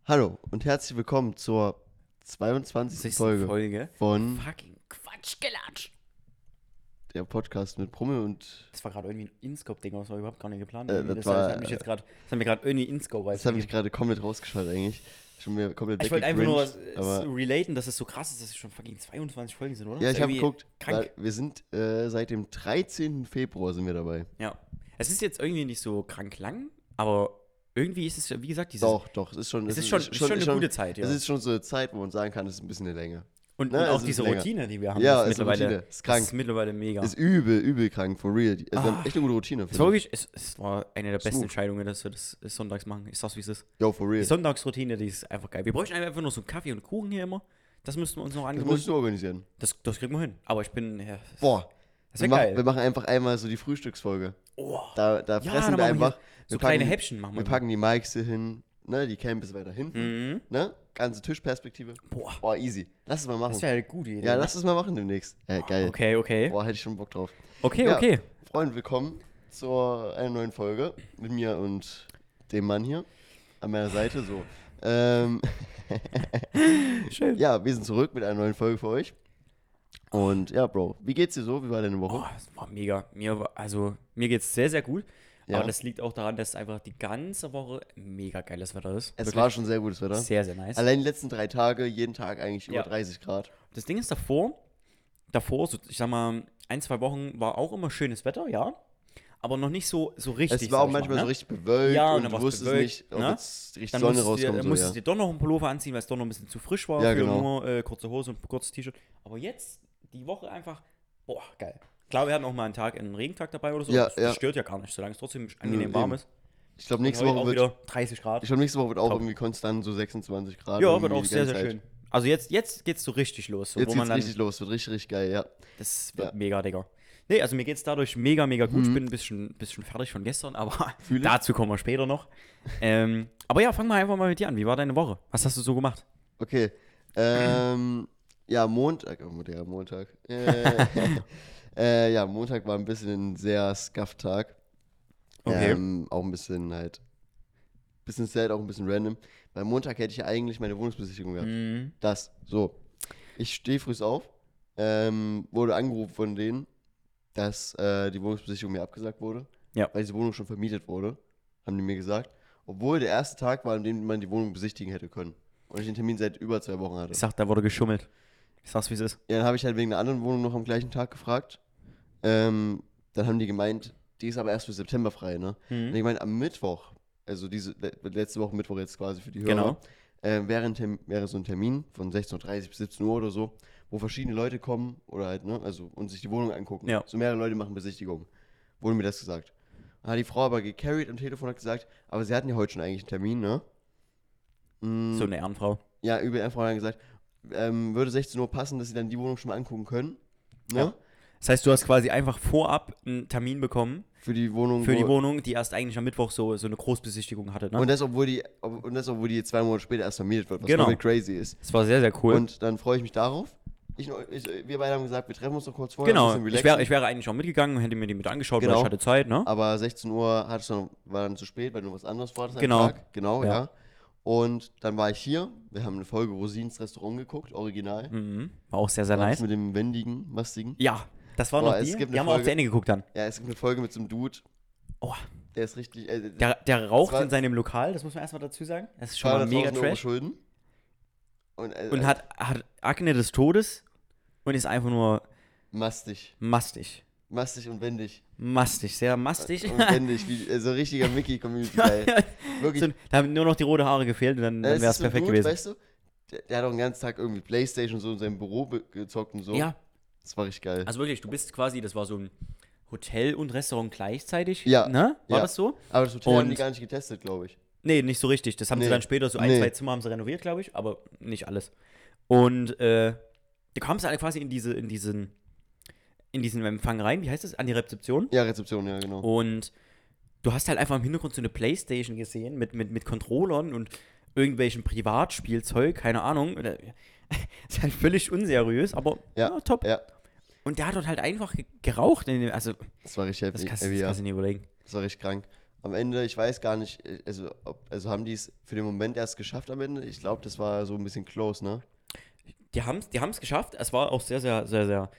Hallo und herzlich willkommen zur 22. Folge von Fucking Quatschgelatsch. der Podcast mit Brumme und Das war gerade irgendwie ein InScope-Ding, das war überhaupt gar nicht geplant. das hat mir gerade irgendwie InScope das habe ich gerade komplett rausgeschaltet eigentlich. Schon mir komplett Ich wollte einfach nur aber so relaten, dass es so krass ist, dass es schon fucking 22 Folgen sind, oder? ja, Das ich ist habe irgendwie geguckt, krank. weil wir sind seit dem 13. Februar sind wir dabei. Ja. Es ist jetzt irgendwie nicht so krank lang, aber irgendwie ist es, wie gesagt, Doch, es ist schon eine gute Zeit, ja. Es ist schon so eine Zeit, wo man sagen kann, es ist ein bisschen länger. Und Ne, auch es diese ist länger. Routine, die wir haben, Ja, ist es ist mittlerweile Routine. Ist krank. Das ist mittlerweile mega. Ist übel krank, for real. Es war echt eine gute Routine. Es war wirklich, es war eine der besten Smooth. Entscheidungen, dass wir das sonntags machen. Ich sag's, wie es ist. Yo, for Die real. Sonntagsroutine, die ist einfach geil. Wir bräuchten einfach nur so einen Kaffee und Kuchen hier immer. Das müssten wir uns noch Das angewöhnen. musst du organisieren. Das kriegen wir hin. Aber ich bin, ja, Boah. das Wir wäre geil. machen einfach einmal so die Frühstücksfolge. Oh. Da Ja, fressen dann wir machen wir einfach. so wir kleine packen- Häppchen machen wir. Wir packen die Mikes hier hin, ne? Die Camp ist weiter hinten, Mhm. ne? Ganze Tischperspektive. Boah, Boah, easy. Lass es mal machen. das wäre eine gute Idee. Ja, ne? lass es mal machen demnächst. Geil. Okay. Boah, hätte ich schon Bock drauf. Okay. Ja. Freunde, willkommen zu einer neuen Folge mit mir und dem Mann hier an meiner Seite. So. Schön. Ja, wir sind zurück mit einer neuen Folge für euch. Und ja, Bro, wie geht's dir so? Wie war deine Woche? Oh, das war mega. Mir geht's sehr, sehr gut. Ja. Aber das liegt auch daran, dass einfach die ganze Woche mega geiles Wetter ist. Es Wirklich war schon sehr gutes Wetter. sehr, sehr nice. Allein die letzten 3 Tage, jeden Tag eigentlich über Ja. 30 Grad. Das Ding ist so, ich sag mal, 1-2 Wochen war auch immer schönes Wetter, ja. Aber noch nicht so richtig. Es war auch sag ich manchmal mal, so ne? richtig bewölkt Ja, und und dann du war's wusstest bewölkt, nicht, ob ne? jetzt richtig Dann Sonne musstest rauskommt. musstest So, dir doch noch einen Pullover anziehen, weil es doch noch ein bisschen zu frisch war Ja, für genau. nur kurze Hose und kurzes T-Shirt. Aber jetzt, die Woche einfach, boah, geil. Klar, wir hatten auch mal einen Regentag dabei oder so. Ja, das ja. stört ja gar nicht, solange es trotzdem angenehm warm eben. ist. Ich glaube, Und nächste heute Woche auch wird wieder 30 Grad. auch Top. irgendwie konstant so 26 Grad. Ja, irgendwie wird auch die sehr, ganze sehr Zeit. schön. Also jetzt geht's so richtig los. So, Jetzt wo man geht's dann, richtig los, wird richtig geil, ja. Das wird Ja. mega, Digga. Nee, also mir geht's dadurch mega gut. Ich bin ein bisschen fertig von gestern, aber Fühl ich. dazu kommen wir später noch. Aber ja, fangen wir einfach mal mit dir an. Wie war deine Woche? Was hast du so gemacht? Okay. Ja, Montag. Oh, der Montag. Ja, Montag war ein bisschen ein sehr Scuff-Tag. Okay. Auch ein bisschen bisschen sad, auch ein bisschen random. Weil Montag hätte ich ja eigentlich meine Wohnungsbesichtigung gehabt. Mhm. Ich stehe früh auf, wurde angerufen von denen, dass die Wohnungsbesichtigung mir abgesagt wurde. Ja. Weil diese Wohnung schon vermietet wurde, haben die mir gesagt. Obwohl der erste Tag war, an dem man die Wohnung besichtigen hätte können. Und ich den Termin seit über 2 Wochen hatte. Ich sag, da wurde geschummelt. Ich sag's, wie es ist. Ja, dann habe ich halt wegen einer anderen Wohnung noch am gleichen Tag gefragt. Dann haben die gemeint, die ist aber erst für September frei, ne? Und ich gemeint, am Mittwoch, also letzte Woche Mittwoch jetzt quasi für die Hörer, Genau. wäre so ein Termin von 16:30 bis 17 Uhr oder so, wo verschiedene Leute kommen oder halt, ne, also und sich die Wohnung angucken. Ja. So mehrere Leute machen Besichtigung. Wurde mir das gesagt. Dann hat die Frau aber gecarried am Telefon, hat gesagt, aber sie hatten ja heute schon eigentlich einen Termin, ne? So eine Ehrenfrau. Ja, über eine Frau hat gesagt, würde 16 Uhr passen, dass sie dann die Wohnung schon mal angucken können, ne? Ja. Das heißt, du hast quasi einfach vorab einen Termin bekommen Für die Wohnung. für die Wohnung, die erst eigentlich am Mittwoch so eine Großbesichtigung hatte, ne? Und das, obwohl die 2 Monate später erst vermietet wird, was Genau. komplett crazy ist. Das war sehr, sehr cool. Und dann freue ich mich darauf. Wir beide haben gesagt, wir treffen uns noch kurz vorher. Genau, ein bisschen ich relaxen. wäre eigentlich auch mitgegangen, hätte mir die mit angeschaut, weil Genau. ich hatte Zeit, ne? Aber 16 Uhr war dann zu spät, weil du was anderes vorhattest Genau. am Tag. Genau, Ja. ja. Und dann war ich hier. Wir haben eine Folge Rosins Restaurant geguckt, original. Mhm. War auch sehr, sehr War das nice. mit dem wendigen, mastigen. Ja, das war Boah, noch es die. gibt eine Die haben wir auch Folge- zu Ende geguckt dann. Ja, es gibt eine Folge mit so einem Dude, Oh, der ist richtig. der raucht war- in seinem Lokal, das muss man erstmal dazu sagen. Das ist schon mal mega 200.000 Euro trash. Schulden. Und hat Akne des Todes und ist einfach nur mastig. mastig. Mastig und wendig. Mastig, sehr mastig. Und wendig, wie so richtiger Mickey-Community-Guy. Wirklich. So, da haben nur noch die roten Haare gefehlt und dann Es wäre ist es so ein perfekt Dude, gewesen. Weißt du, der hat auch den ganzen Tag irgendwie Playstation so in seinem Büro gezockt und so. Ja, Das war richtig geil. also wirklich, du bist quasi, das war so ein Hotel und Restaurant gleichzeitig, Ja, ne? War ja. das so? Aber das Hotel haben und- die gar nicht getestet, glaube ich. Nee, nicht so richtig. Das haben sie Nee. dann später, so ein, Nee. 2 Zimmer haben sie renoviert, glaube ich, aber nicht alles. Und du kamst halt quasi in diesen Empfang rein, wie heißt das? An die Rezeption. Ja, Rezeption, ja, genau. Und du hast halt einfach im Hintergrund so eine Playstation gesehen mit Controllern und irgendwelchen Privatspielzeug, keine Ahnung. Ist halt völlig unseriös, aber Ja, top. ja. Und der hat dort halt einfach geraucht. Also, Das war richtig das heftig. kannst du ja. dir nicht überlegen. Das war richtig krank. am Ende, ich weiß gar nicht, also haben die es für den Moment erst geschafft am Ende? Ich glaube, das war so ein bisschen close, ne? Die haben's geschafft. Es war auch sehr, sehr, sehr, sehr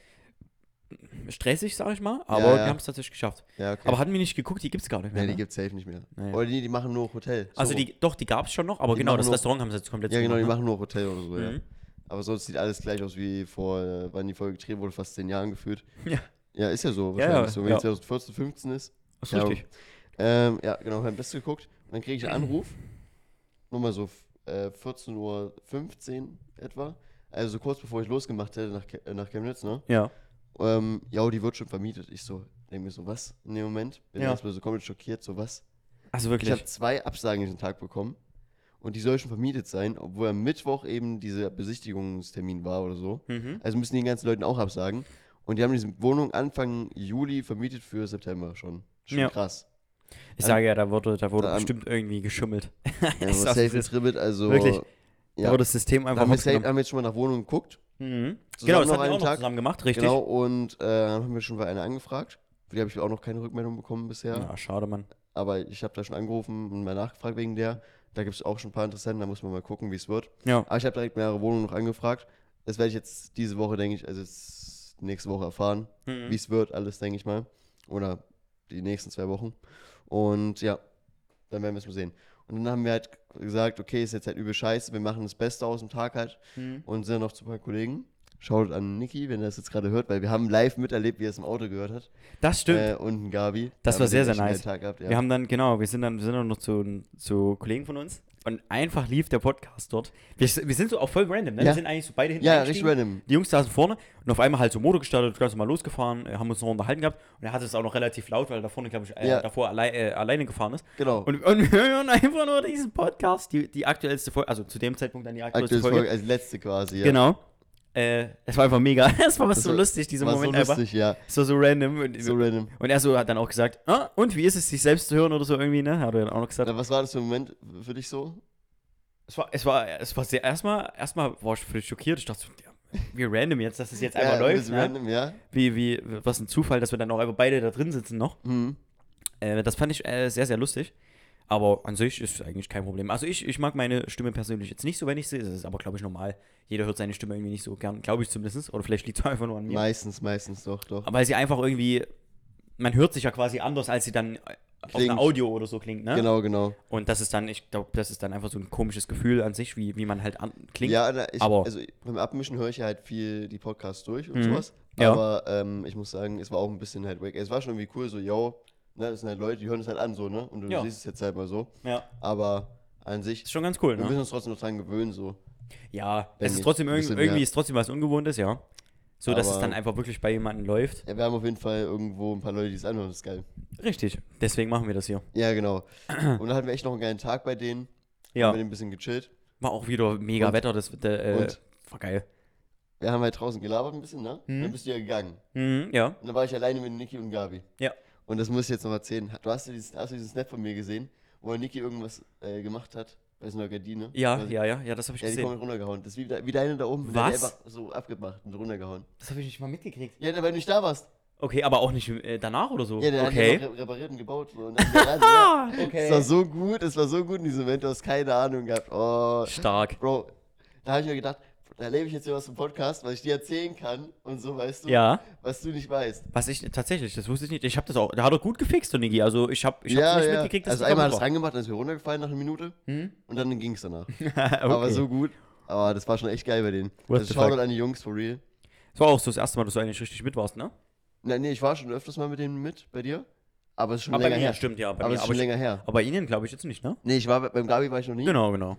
stressig, sag ich mal, aber Ja. die haben es tatsächlich geschafft. Ja, okay. Aber hatten wir nicht geguckt, die gibt's gar nicht mehr. Nee, die Ne? gibt's safe nicht mehr. Nee. Oder die machen nur Hotel. So. Also die gab's schon noch, aber Die genau, machen das nur- Restaurant haben sie jetzt komplett Ja, genau, die zugemacht, machen nur Hotel oder so, ja. Mhm. Aber sonst sieht alles gleich aus wie vor, wann die Folge gedreht wurde, fast 10 Jahren gefühlt. Ja. Ja, ist ja so Ja, wahrscheinlich ja, so, wenn ja. es 2014, 15 ist. Das ist Ja, richtig. Ja, genau, haben das geguckt. Und dann kriege ich einen Anruf, nur mal so 14:15 Uhr etwa. Also so kurz bevor ich losgemacht hätte nach Chemnitz, ne? Ja. Ja, die wird schon vermietet. Ich so, denke mir so, was in dem Moment? Bin Ja. erstmal so komplett schockiert, so was? Also Ich wirklich. habe 2 Absagen diesen Tag bekommen und die soll schon vermietet sein, obwohl am Mittwoch eben dieser Besichtigungstermin war oder so. Mhm. Also müssen die ganzen Leuten auch absagen. Und die haben diese Wohnung Anfang Juli vermietet für September schon. Schon Ja. krass. Ich sage ja, da wurde dann- bestimmt irgendwie geschummelt. Ja, Ist aber das, safe das ist, Tribbit, also. wirklich. Da Ja. wurde das System Da einfach haben wir, safe, mitgenommen. haben wir jetzt schon mal nach Wohnungen geguckt. Mhm. Zusammen Genau, das noch hatten wir einen auch noch Tag. zusammen gemacht, richtig. Genau, und dann haben wir schon bei einer angefragt. Für die habe ich auch noch keine Rückmeldung bekommen bisher. Ja, schade, Mann. Aber ich habe da schon angerufen und mal nachgefragt wegen der. Da gibt es auch schon ein paar Interessenten, da muss man mal gucken, wie es wird. Ja. Aber ich habe direkt mehrere Wohnungen noch angefragt. Das werde ich jetzt diese Woche, denke ich, also jetzt nächste Woche erfahren, Mhm. wie es wird, alles, denke ich mal. Oder die nächsten 2 Wochen. Und ja, dann werden wir es mal sehen. Und dann haben wir halt gesagt, okay, ist jetzt halt übel scheiße, wir machen das Beste aus dem Tag halt Mhm. und sind noch zu ein paar Kollegen. Schaut an Niki, wenn er das jetzt gerade hört, weil wir haben live miterlebt, wie er es im Auto gehört hat. Das stimmt. Und ein Gabi. Das Da war haben sehr, wir sehr echt einen nice. geilen Tag gehabt, ja. Wir haben dann, genau, wir sind dann noch zu Kollegen von uns und einfach lief der Podcast dort. Wir sind so auch voll random, ne? Ja. Wir sind eigentlich so beide hinten Ja, richtig eingestiegen. random. Die Jungs saßen vorne und auf einmal halt so Motor gestartet, ganz normal losgefahren, haben uns noch unterhalten gehabt und er hatte es auch noch relativ laut, weil er da vorne, glaube ich, Ja. davor alleine gefahren ist. Genau. Und wir hören einfach nur diesen Podcast, die aktuellste Folge, also zu dem Zeitpunkt dann die aktuellste Aktuelles Folge. Folge, als letzte quasi, ja. Genau. Es war einfach mega. Es war was Das so war- lustig, dieser War Moment so einfach. lustig, ja. Es war so random. Und, So random. und er so hat dann auch gesagt, und wie ist es, sich selbst zu hören oder so irgendwie, ne? Hat er dann auch noch gesagt. Na, was war das für ein Moment für dich so? Es war sehr, erstmal war ich völlig schockiert. Ich dachte so, ja, wie random jetzt, dass es jetzt einfach ein läuft. bisschen Ne? random, ja. Was ein Zufall, dass wir dann auch einfach beide da drin sitzen noch. Mhm. Das fand ich sehr, sehr lustig. Aber an sich ist eigentlich kein Problem. Also ich mag meine Stimme persönlich jetzt nicht so, wenn ich sie. Das ist aber, glaube ich, normal. Jeder hört seine Stimme irgendwie nicht so gern, glaube ich zumindest. Oder vielleicht liegt es einfach nur an mir. Meistens doch. Aber weil sie einfach irgendwie, man hört sich ja quasi anders, als sie dann auf Klingt. einer Audio oder so klingt, ne? Genau. Und das ist dann, ich glaube, das ist dann einfach so ein komisches Gefühl an sich, wie man halt klingt. Ja, aber- also beim Abmischen höre ich ja halt viel die Podcasts durch und Mhm. sowas. Ja. Aber ich muss sagen, es war auch ein bisschen halt wack. Es war schon irgendwie cool, so, yo, ne, das sind halt Leute, die hören es halt an, so, ne? Und du Ja. siehst es jetzt halt mal so. Ja. Aber an sich, Ist schon ganz cool, wir müssen ne? uns trotzdem noch dran gewöhnen, so. Ja, Wenn es ist nicht, trotzdem ein bisschen irgendwie mehr. ist trotzdem was Ungewohntes, ja. So, dass es Aber- dann einfach wirklich bei jemandem läuft. Ja, wir haben auf jeden Fall irgendwo ein paar Leute, die es anhören, das ist geil. Richtig. Deswegen machen wir das hier. Ja, genau. Und dann hatten wir echt noch einen geilen Tag bei denen. Ja. Haben wir ein bisschen gechillt. War auch wieder mega Und- Wetter, das und? war geil. Wir haben halt draußen gelabert ein bisschen, ne? Mhm. Dann bist du ja gegangen. Mhm, ja. Und dann war ich alleine mit Niki und Gabi. Ja. Und das muss ich jetzt noch erzählen. Hast du diesen Snap von mir gesehen, wo Niki irgendwas gemacht hat? Bei so einer Gardine? Ja, Quasi. ja, das habe ich Ja, die gesehen. kommen runtergehauen. Das ist wie deine da oben. Was? Der hat einfach so abgemacht und runtergehauen. Das habe ich nicht mal mitgekriegt. Ja, weil du nicht da warst. Okay, aber auch nicht danach oder so. Ja, der okay. hat ja repariert und gebaut. So. Und dann ja. Okay. Es war so gut in diesem Moment, du hast keine Ahnung gehabt. Oh, Stark. Bro, da habe ich mir gedacht, da erlebe ich jetzt hier was im Podcast, was ich dir erzählen kann und so, weißt du, Ja. was du nicht weißt. Was ich tatsächlich, das wusste ich nicht. Ich habe das auch, da hat er gut gefixt, der Niki. Also ich habe nicht mitgekriegt, dass Also das einmal hat kaputt es rangemacht, dann ist mir runtergefallen nach einer Minute Hm? und dann ging es danach. Okay. Aber so gut. Aber das war schon echt geil bei denen. What Also the Shoutout fuck? an die Jungs, for real. Das war auch so das erste Mal, dass du eigentlich richtig mit warst, ne? Nee, ich war schon öfters mal mit denen mit, bei dir. Aber es ist schon Aber bei länger mir, her. stimmt, ja. Bei Aber mir, es ist schon länger her. aber bei Ihnen glaube ich jetzt nicht, ne? Nee, beim Gabi war ich noch nie. Genau.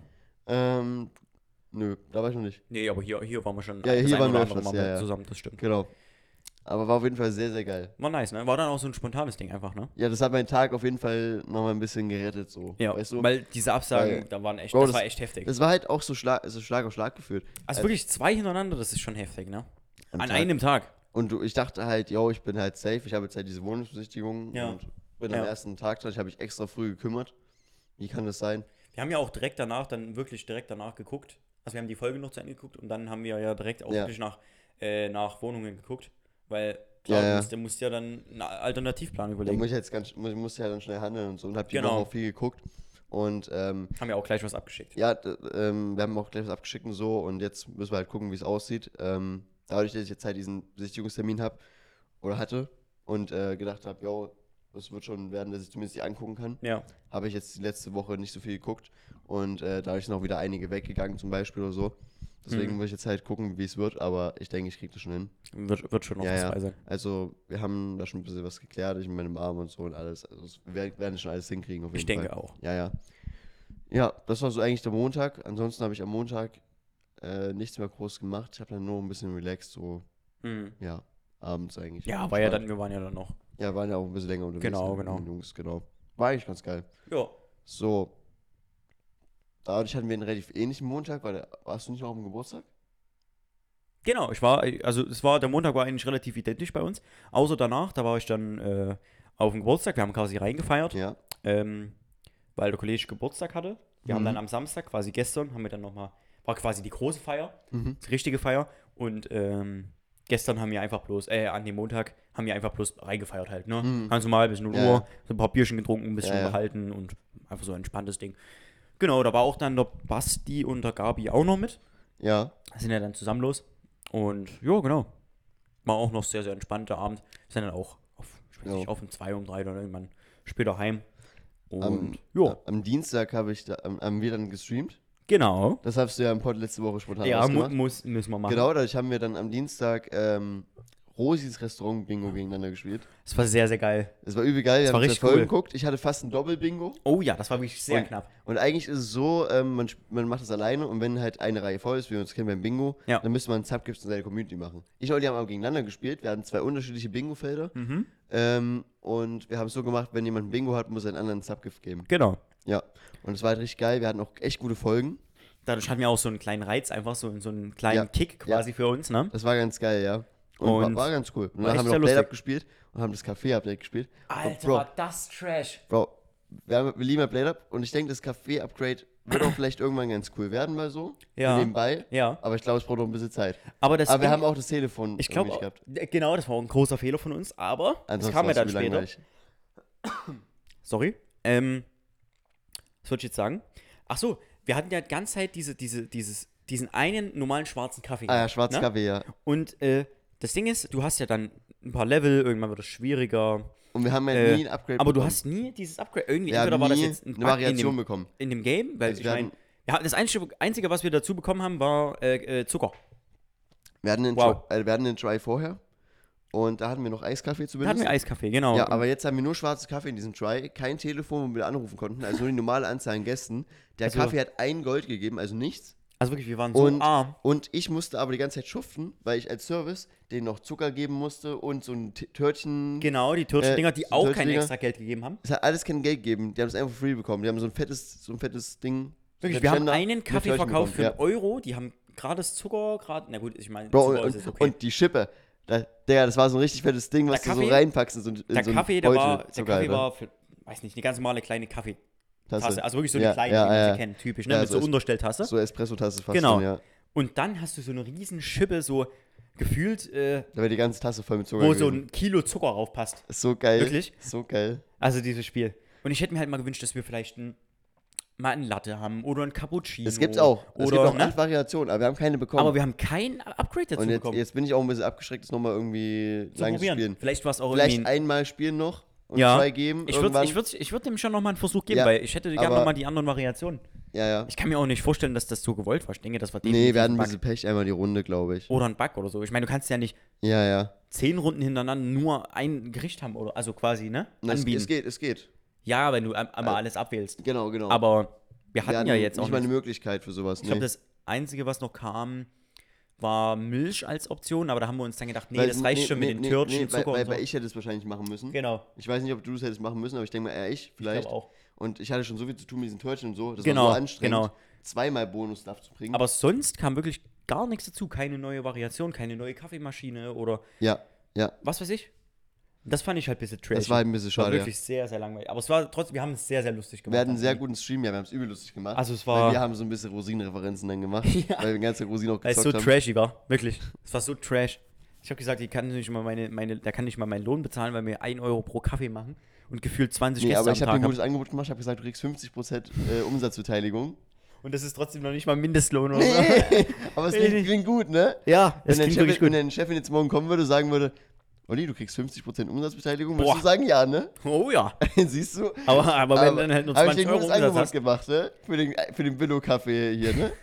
Nö, da war ich noch nicht. Nee, aber hier waren wir schon Ja, das hier ein waren oder wir andere öfters, Mal ja. zusammen, das stimmt. Genau. Aber war auf jeden Fall sehr, sehr geil. War nice, ne? War dann auch so ein spontanes Ding einfach, ne? Ja, das hat meinen Tag auf jeden Fall nochmal ein bisschen gerettet, so. Ja, Weißt du? weil diese Absagen, Weil- da waren echt, Bro, das war echt heftig. Das war halt auch so Schlag auf Schlag geführt. Also wirklich 2 hintereinander, das ist schon heftig, ne? Am An Tag. einem Tag. Und ich dachte halt, yo, ich bin halt safe. Ich habe jetzt halt diese Wohnungsbesichtigung Ja. und bin Ja. am ersten Tag dran. Ich habe mich extra früh gekümmert. Wie kann das sein? Wir haben ja auch direkt danach, geguckt. Also wir haben die Folge noch zu Ende geguckt und dann haben wir ja direkt auch Ja. wirklich nach Wohnungen geguckt. Weil klar, Ja, ja. du musst ja dann einen Alternativplan Da überlegen. muss ja dann schnell handeln und so. Und habe die Genau. Woche auch viel geguckt. Und Haben ja auch gleich was abgeschickt. ja, wir haben auch gleich was abgeschickt und so. Und jetzt müssen wir halt gucken, wie es aussieht. Dadurch, dass ich jetzt halt diesen Besichtigungstermin habe oder hatte und gedacht habe, yo, das wird schon werden, dass ich zumindest die angucken kann, Ja, habe ich jetzt die letzte Woche nicht so viel geguckt. Und dadurch sind auch wieder einige weggegangen zum Beispiel oder so. Deswegen muss ich jetzt halt gucken, wie es wird. Aber ich denke, ich kriege das schon hin. wird schon noch Ja, was ja. bei sein. Also wir haben da schon ein bisschen was geklärt, ich mit meinem Arm und so und alles. Also wir werden schon alles hinkriegen auf jeden Ich Fall. denke auch. Ja, ja. Ja, das war so eigentlich der Montag. Ansonsten habe ich am Montag nichts mehr groß gemacht. Ich habe dann nur ein bisschen relaxed, so, Mhm. ja, abends eigentlich. Ja, Entspannt. wir waren ja dann noch. Ja, waren ja auch ein bisschen länger unterwegs. Genau, ne, genau. mit den Jungs, genau. War eigentlich ganz geil. Ja. So, dadurch hatten wir einen relativ ähnlichen Montag, weil warst du nicht mal auf dem Geburtstag? Genau, der Montag war eigentlich relativ identisch bei uns. Außer danach, da war ich dann auf dem Geburtstag. Wir haben quasi reingefeiert, Ja. weil der Kollege Geburtstag hatte. Wir haben Mhm. dann am Samstag, quasi gestern, haben wir dann nochmal, war quasi die große Feier, Mhm. die richtige Feier. Und gestern haben wir einfach bloß, an dem Montag haben wir einfach bloß reingefeiert halt, ne? Mhm. Ganz normal, bis 0 Ja, Uhr, ja. so ein paar Bierchen getrunken, ein bisschen Ja, ja. unterhalten und einfach so ein entspanntes Ding. Genau, da war auch dann der Basti und der Gabi auch noch mit. Ja. Sind ja dann zusammen los. Und ja, genau. War auch noch sehr, sehr entspannter Abend. Wir sind dann auch ich weiß nicht, auf um 2, um 3 oder irgendwann später heim. Und ja, Am Dienstag haben wir dann gestreamt. genau. Das hast du ja im Pod letzte Woche spontan Ja, ausgemacht. müssen wir machen. Genau, dadurch haben wir dann am Dienstag Rosis Restaurant Bingo gegeneinander gespielt. Das war sehr, sehr geil. Das war übel geil, wir war haben 2 richtig Folgen cool. geguckt. Ich hatte fast ein Doppel-Bingo. Oh ja, das war wirklich sehr Und- knapp. Und eigentlich ist es so, man macht das alleine und wenn halt eine Reihe voll ist, wie wir uns kennen beim Bingo, Ja. dann müsste man einen Subgift in seine Community machen. Ich und die haben aber gegeneinander gespielt. Wir hatten 2 unterschiedliche Bingo-Felder. Und wir haben es so gemacht, wenn jemand ein Bingo hat, muss er einen anderen Subgift geben. Genau. Ja. Und es war halt richtig geil. Wir hatten auch echt gute Folgen. Dadurch hatten wir auch so einen kleinen Reiz, einfach so einen kleinen Ja. Kick quasi für uns, ne? Das war ganz geil, ja. Und war ganz cool. Und war dann echt haben wir sehr noch Play-Up lustig. gespielt und haben das Café-Update gespielt. Alter, Bro, war das Trash. Bro, wir lieben ja Play-Up und ich denke, das Café-Upgrade wird auch vielleicht irgendwann ganz cool werden, mal so. Ja. Nebenbei. Ja. Aber ich glaube, es braucht noch ein bisschen Zeit. Aber das Aber wir Ding- haben auch das Telefon ich irgendwie glaube, nicht gehabt. genau, das war auch ein großer Fehler von uns, aber das Ansonsten kam ja war's dann übel später. langweilig. Sorry. Was wollte ich jetzt sagen? Ach so, wir hatten ja die ganze Zeit diesen einen normalen schwarzen Kaffee. Ah ja, gehabt, schwarzer ne? Kaffee, ja. Und das Ding ist, du hast ja dann ein paar Level, irgendwann wird es schwieriger. Und wir haben ja nie ein Upgrade Aber du bekommen. hast nie dieses Upgrade. Irgendwie, Wir haben entweder war das nie jetzt ein eine Bug Variation bekommen. in dem Game, weil Also ich wir meine, hatten- ja, das Einzige, was wir dazu bekommen haben, war Zucker. Wir hatten Wow. den Try vorher und da hatten wir noch Eiskaffee Da zumindest. hatten wir Eiskaffee, genau. Ja, aber jetzt haben wir nur schwarzes Kaffee in diesem Try, kein Telefon, wo wir anrufen konnten, also nur die normale Anzahl an Gästen. Der Also- Kaffee hat 1 Gold gegeben, also nichts. Also wirklich, wir waren so Und, arm. und ich musste aber die ganze Zeit schuften, weil ich als Service denen noch Zucker geben musste und so ein Törtchen. Genau, die Törtchendinger, die so auch kein Törtchendinger. extra Geld gegeben haben. Es hat alles kein Geld gegeben, die haben es einfach free bekommen. Die haben so ein fettes Ding. Wirklich, so wir haben Ständer einen mit Kaffee Törtchen verkauft für bekommen, einen Euro, die haben gerade das Zucker, na gut, ich meine, Bro, Zucker und, ist jetzt okay. und die Schippe. Digga, das war so ein richtig fettes Ding, was Der du so Kaffee- reinpackst in so, in der so einen Kaffee, Beutel der Zucker, Kaffee Alter. war für, weiß nicht, eine ganz normale kleine Kaffeetasse. Tasse. Also wirklich so eine Ja, kleine, ja, wie man ja. sie kennt, typisch, ne? Ja, mit so so ist- Unterstelltasse. So Espresso-Tasse fast Genau. schon, ja. Und dann hast du so eine riesen Schippe, so gefühlt, Da wäre die ganze Tasse voll mit Zucker wo so gewesen. ein Kilo Zucker raufpasst. Ist so geil. Wirklich? So geil. Also dieses Spiel. Und ich hätte mir halt mal gewünscht, dass wir vielleicht mal einen Latte haben oder einen Cappuccino. Es gibt's auch. Es Oder, gibt auch ne? 8 Variationen, aber wir haben keine bekommen. Aber wir haben kein Upgrade dazu und bekommen. jetzt bin ich auch ein bisschen abgeschreckt, das nochmal irgendwie Zu lang zu probieren. spielen. Vielleicht war es auch Vielleicht irgendwie einmal spielen noch und Ja. zwei geben. Ich irgendwann. würd dem schon nochmal einen Versuch geben, Ja, weil ich hätte gerne aber- nochmal die anderen Variationen. Ja, ja. Ich kann mir auch nicht vorstellen, dass das so gewollt war. Ich denke, das war definitiv Nee, wir hatten ein ein Bug. bisschen Pech, einmal die Runde, glaube ich. Oder ein Bug oder so. Ich meine, du kannst ja nicht Ja, ja. 10 Runden hintereinander nur ein Gericht haben, oder also quasi, ne? Na, es Anbieten. geht. Ja, wenn du einmal alles abwählst. Genau. Aber wir hatten wir hatten ja jetzt auch nicht mal nicht. eine Möglichkeit für sowas. Ich glaube, das Einzige, was noch kam, war Milch als Option, aber da haben wir uns dann gedacht, nee, das reicht schon mit den Törtchen, Zucker weil und so. ich hätte es wahrscheinlich machen müssen. Genau, Ich weiß nicht, ob du es hättest machen müssen, aber ich denke mal eher ich ich vielleicht. glaube auch. Und ich hatte schon so viel zu tun mit diesen Törtchen und so. Das Genau, war so anstrengend, genau. zweimal Bonus-Stuff zu bringen. Aber sonst kam wirklich gar nichts dazu. Keine neue Variation, keine neue Kaffeemaschine oder ja. was weiß ich. Das fand ich halt ein bisschen trash. Das war ein bisschen Das war schade. Ja. wirklich sehr, sehr langweilig. Aber es war trotzdem, wir haben es sehr, sehr lustig gemacht. Wir hatten einen sehr guten Stream, ja, wir haben es übel lustig gemacht. Also es weil war, wir haben so ein bisschen Rosinenreferenzen dann gemacht, Ja. weil wir die ganze Zeit Rosinen auch weil es gezockt so haben. trashy war. Wirklich. Es war so trash. Ich habe gesagt, der kann nicht mal meinen Lohn bezahlen, weil wir 1 Euro pro Kaffee machen und gefühlt 20 Nee, Gäste aber am ich habe dir Tag ein haben. gutes Angebot gemacht, ich habe gesagt, du kriegst 50% Umsatzbeteiligung. Und das ist trotzdem noch nicht mal Mindestlohn oder so. Nee, aber es Nee, nee. klingt gut, ne? Ja, Wenn das klingt wirklich wenn gut. deine Chefin jetzt morgen kommen würde, sagen würde, Olli, du kriegst 50% Umsatzbeteiligung, würdest Boah. du sagen, ja, ne? Oh ja. Siehst du? Aber wenn du dann halt nur Habe ich 20 dir ein Euro gutes Umsatz Angebot hast, gemacht, ne? Für den Billo-Kaffee hier, ne?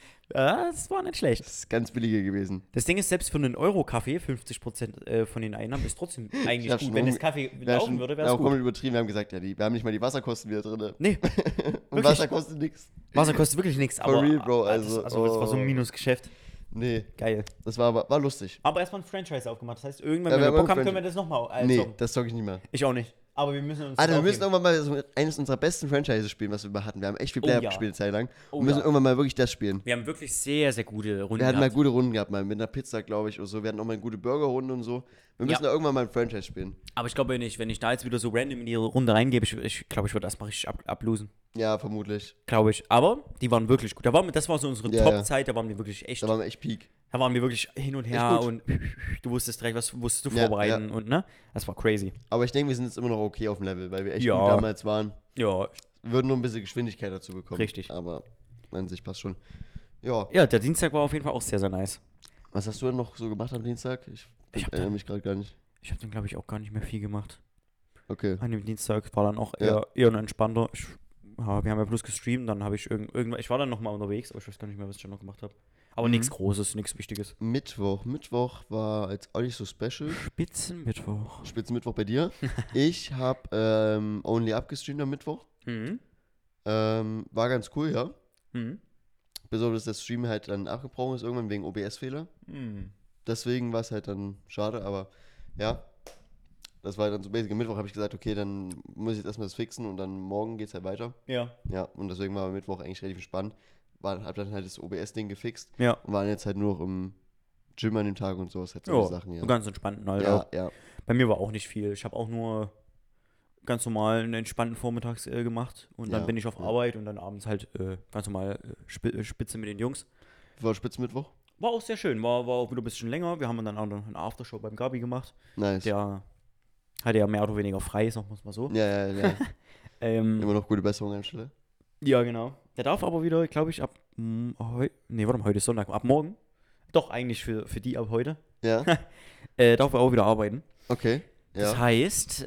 das war nicht schlecht. Das ist ganz billige gewesen. Das Ding ist, selbst für einen Euro-Kaffee, 50% von den Einnahmen, ist trotzdem eigentlich hab gut. schon Wenn das Kaffee laufen würde, wäre es auch gut. komplett übertrieben. Wir haben gesagt, ja, wir haben nicht mal die Wasserkosten wieder drin. Nee, Und wirklich? Wasser kostet nichts. Wasser kostet wirklich nichts. For Aber real, Bro, das also, das war so ein Minusgeschäft. Nee, Geil. das war lustig. Aber erstmal ein Franchise aufgemacht. Das heißt, irgendwann, Ja, wenn wir wir haben Bock haben, ein können wir das nochmal Nee, zocken. das zocke ich nicht mehr. Ich auch nicht. Aber wir müssen uns Alter, wir das müssen aufheben. irgendwann mal so eines unserer besten Franchises spielen, was wir mal hatten. Wir haben echt viel Oh Player ja. gespielt, eine Zeit lang. Oh Wir müssen ja. irgendwann mal wirklich das spielen. Wir haben wirklich sehr, sehr gute Runden Wir hatten mal gehabt. gute Runden gehabt, mal mit einer Pizza, glaube ich, oder so. Wir hatten auch mal eine gute Burgerrunde und so. Wir müssen da irgendwann mal ein Franchise spielen. Aber ich glaube nicht, wenn ich da jetzt wieder so random in die Runde reingebe, ich glaube, ich würde erstmal richtig ablosen. Ja, vermutlich. Glaube ich. Aber die waren wirklich gut. Das war so unsere Ja, Top-Zeit, da waren wir wirklich echt. Da waren wir echt Peak. Da waren wir wirklich hin und her gut. und du wusstest direkt, was wusstest du Ja, vorbereiten und ne? Das war crazy. Aber ich denke, wir sind jetzt immer noch okay auf dem Level, weil wir echt Ja. gut damals waren. Ja, Wir würden nur ein bisschen Geschwindigkeit dazu bekommen. Richtig. Aber an sich passt schon. Ja. ja, der Dienstag war auf jeden Fall auch sehr, sehr nice. Was hast du denn noch so gemacht am Dienstag? Ich hab erinnere mich gerade gar nicht. Ich habe dann, glaube ich, auch gar nicht mehr viel gemacht. Okay. An dem Dienstag war dann auch Ja. eher ein entspannter. Wir haben ja bloß gestreamt, dann habe ich irgendwann, ich war dann nochmal unterwegs, aber ich weiß gar nicht mehr, was ich dann noch gemacht habe. Aber nichts Großes, nichts Wichtiges. Mittwoch war jetzt auch nicht so special. Spitzenmittwoch. Spitzenmittwoch bei dir. Ich habe Only Up gestreamt am Mittwoch. Mhm. War ganz cool, ja. Mhm. Bis auf, dass der Stream halt dann abgebrochen ist, irgendwann wegen OBS-Fehler. Deswegen war es halt dann schade, aber ja. Das war dann so basic. Am Mittwoch habe ich gesagt, okay, dann muss ich jetzt erstmal das fixen und dann morgen geht's halt weiter. Ja. Ja, und deswegen war am Mittwoch eigentlich relativ entspannt. Hab dann halt das OBS-Ding gefixt Ja. und waren jetzt halt nur noch im Gym an dem Tag und sowas. Halt so Ja, die Sachen, ja. so ganz entspannten halt Ja, auch. ja. Bei mir war auch nicht viel. Ich habe auch nur ganz normal einen entspannten Vormittags gemacht und dann Ja, bin ich auf ja. Arbeit und dann abends halt ganz normal Spitze mit den Jungs. War Spitzenmittwoch? War auch sehr schön, war auch wieder ein bisschen länger. Wir haben dann auch noch eine Aftershow beim Gabi gemacht. Nice. Der hatte ja mehr oder weniger frei, sagen wir es mal so. Ja, ja, ja. Immer noch gute Besserung an der Stelle. Ja, genau. Der darf aber wieder, glaube ich, ab heute ist Sonntag, ab morgen. Doch, eigentlich für die ab heute. Ja, Darf er auch wieder arbeiten. okay. Das Ja. heißt,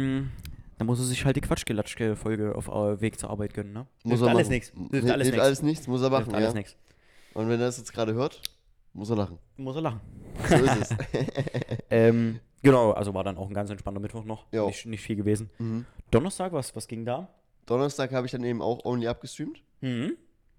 da muss er sich halt die Quatschgelatschke-Folge auf Weg zur Arbeit gönnen, ne? Muss Hilft er alles machen. nichts. Hilft alles Hilft nichts. alles nichts, muss er machen, Hilft alles ja. nichts. Und wenn er das jetzt gerade hört, muss er lachen. Muss er lachen. So ist es. Genau, also war dann auch ein ganz entspannter Mittwoch noch. Jo. Nicht viel gewesen. Mhm. Donnerstag, was ging da? Donnerstag habe ich dann eben auch Only Up gestreamt. Mhm.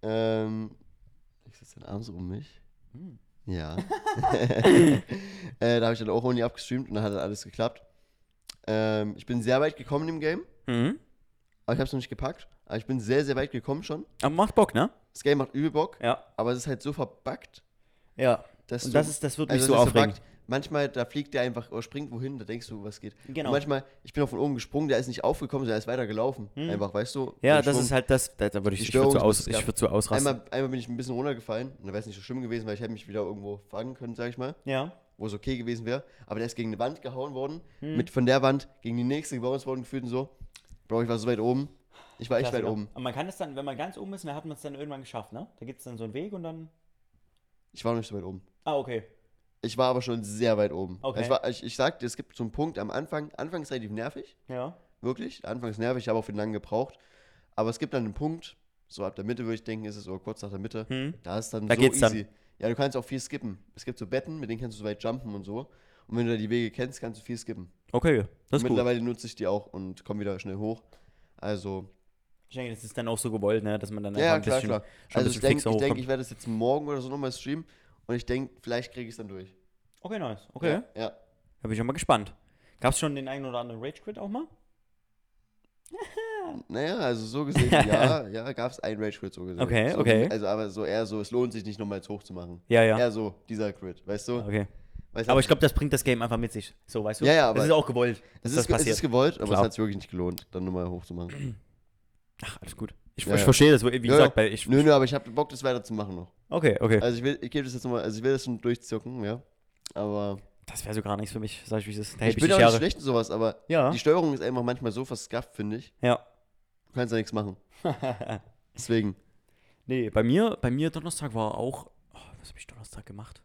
Ich sitze dann abends um mich. Hm. Ja. Da habe ich dann auch Only Up gestreamt und dann hat dann alles geklappt. Ich bin sehr weit gekommen im Game, Mhm. aber ich habe es noch nicht gepackt. Aber ich bin sehr, sehr weit gekommen schon. Aber macht Bock, ne? Das Game macht übel Bock, Ja. aber es ist halt so verbuggt, Ja. dass Und du... das wird mich also so das ist aufregen. verbuggt. Manchmal, da fliegt der einfach oder springt wohin, da denkst du, was geht. Genau. Und manchmal, ich bin auch von oben gesprungen, der ist nicht aufgekommen, sondern er ist weiter gelaufen. Einfach, weißt du? Ja, Mit das Schwung. ist halt das, da würde Die ich würd Störung, so, ich würd so ausrasten. Einmal bin ich ein bisschen runtergefallen und da wäre es nicht so schlimm gewesen, weil ich hätte mich wieder irgendwo fangen können, sag ich mal, Ja. wo es okay gewesen wäre. Aber der ist gegen eine Wand gehauen worden, Hm. mit von der Wand gegen die nächste gebaut worden gefühlt und so. Bro, ich war so weit oben. Ich war echt weit Klassiker. oben. Und man kann es dann, wenn man ganz oben ist, dann hat man es dann irgendwann geschafft, ne? Da gibt es dann so einen Weg und dann. Ich war noch nicht so weit oben. Ah, okay. Ich war aber schon sehr weit oben. Okay. Ich sag dir, es gibt so einen Punkt am Anfang. Anfang ist relativ nervig, Ja. wirklich. Der Anfang ist nervig, ich habe auch für lange gebraucht. Aber es gibt dann einen Punkt, so ab der Mitte würde ich denken, ist es, oder kurz nach der Mitte, Hm. da ist dann Da so geht's dann. easy. Ja, du kannst auch viel skippen. Es gibt so Betten, mit denen kannst du so weit jumpen und so. Und wenn du da die Wege kennst, kannst du viel skippen. Okay, das ist gut. Mittlerweile nutze ich die auch und komme wieder schnell hoch. Also, Ich denke, das ist dann auch so gewollt, ne? Dass man dann ja, einfach klar, ein bisschen, klar. schon ein Also bisschen fixer ich hochkommt. werde das jetzt morgen oder so nochmal streamen und ich denke, vielleicht kriege ich es dann durch. Okay, nice. Okay. Ja, ja. Da bin ich ja mal gespannt. Gab es schon den einen oder anderen Rage-Quit auch mal? Naja, also so gesehen, ja, gab es einen Rage-Quit so gesehen. Okay, so, okay. Also aber so eher so, es lohnt sich nicht nochmal jetzt hoch zu machen. Ja, ja. Eher so, dieser Crit, weißt du? Okay. Weißt Aber ich glaube, das bringt das Game einfach mit sich. So, weißt du? Ja, ja, aber das ist auch gewollt. es dass ist, es ist gewollt, aber Klar. es hat sich wirklich nicht gelohnt, dann nochmal hoch zu machen. Ach, alles gut. Ich Ja, ja. verstehe das, wie Ja, gesagt, ja. weil ich. Nö, aber ich habe Bock, das weiterzumachen noch. Okay, okay. Also ich gebe das jetzt nochmal, also ich will das schon durchzocken, ja. Aber Das wäre so gar nichts für mich, sag ich, wie es ist. Da Ich hätte bin die auch nicht Jahre. schlecht in sowas, aber Ja. die Steuerung ist einfach manchmal so verskafft, finde ich. Ja. Du kannst ja nichts machen. Deswegen. Nee, bei mir Donnerstag war auch. Oh, was habe ich Donnerstag gemacht?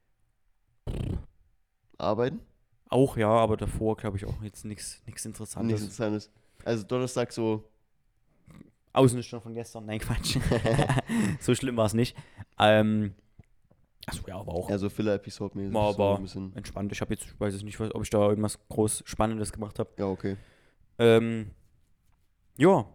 Arbeiten? Auch, ja, aber davor glaube ich auch jetzt nichts Nichts Interessantes. Interessantes. Also Donnerstag so. Außenstand von gestern, nein, Quatsch. So schlimm war es nicht. Achso, ja, aber auch. Ja, so Filler-Episode-mäßig. War so aber ein bisschen. entspannt. Ich habe jetzt, ich weiß es nicht, ob ich da irgendwas groß Spannendes gemacht habe. Ja, okay. Ja.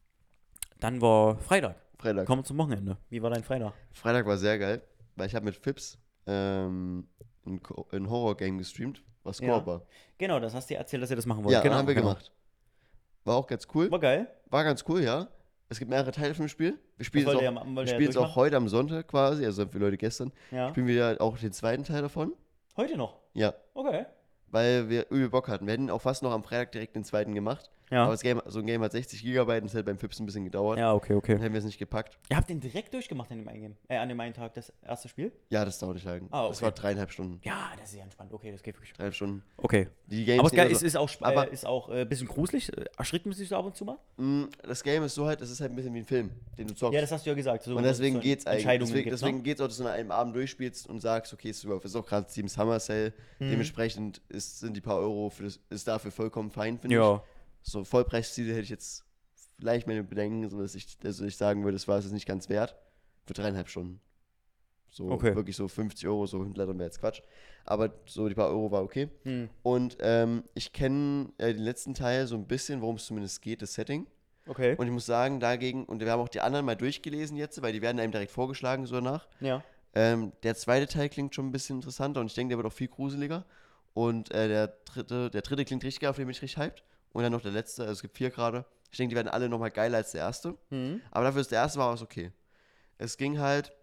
Dann war Freitag. Freitag. Kommen wir zum Wochenende. Wie war dein Freitag? Freitag war sehr geil, weil ich habe mit Fips ein Horror-Game gestreamt, was Ja. Koop war. Genau, das hast du dir erzählt, dass ihr das machen wollt. Ja, genau, haben wir genau. gemacht. War auch ganz cool. War geil. War ganz cool, ja. Es gibt mehrere Teile vom Spiel. Wir spielen Das es wollt auch, ihr wir ja spielen es auch durchmachen? heute am Sonntag quasi, also für Leute gestern. Ja. Spielen wir auch den zweiten Teil davon. Heute noch? Ja, Okay. weil wir übel Bock hatten. Wir hätten auch fast noch am Freitag direkt den zweiten gemacht. Ja. Aber so ein Game hat 60 GB und das hat beim Fips ein bisschen gedauert. Ja, okay. Dann hätten wir es nicht gepackt. Ihr habt den direkt durchgemacht an dem einen Tag, das erste Spiel? Ja, das dauert nicht lang. Ah, Das okay. war 3,5 Stunden. Ja, das ist ja entspannt. Okay, das geht wirklich. 3,5 Stunden. Okay. Die Games Aber es sind geil, immer es so- ist auch, aber- ist auch ein bisschen gruselig. Erschrickt man sich so ab und zu mal? Das Game ist so halt, es ist halt ein bisschen wie ein Film, den du zockst. Ja, das hast du ja gesagt. So, und deswegen so geht's eigentlich. Entscheidungen Deswegen, gibt, deswegen geht's auch, dass du nach einem Abend durchspielst und sagst, okay, es ist auch gerade Steam Summer Sale. Mhm. Dementsprechend sind die paar Euro ist dafür vollkommen fein, ne? finde ich. Ja. So Vollpreisziele hätte ich jetzt vielleicht meine Bedenken, so dass ich sagen würde, das war es jetzt nicht ganz wert. Für 3,5 Stunden. So Okay. wirklich so 50 Euro, so hinterladen wäre jetzt Quatsch. Aber so die paar Euro war okay. Hm. Und ich kenne den letzten Teil so ein bisschen, worum es zumindest geht, das Setting. Okay. Und ich muss sagen, dagegen, und wir haben auch die anderen mal durchgelesen jetzt, weil die werden einem direkt vorgeschlagen so danach. Ja. Der zweite Teil klingt schon ein bisschen interessanter und ich denke, der wird auch viel gruseliger. Und der dritte klingt richtig geil, auf den bin ich richtig hyped. Und dann noch der letzte, also es gibt 4 gerade. Ich denke, die werden alle nochmal geiler als der erste. Hm. Aber dafür ist der erste war es okay. Es ging halt,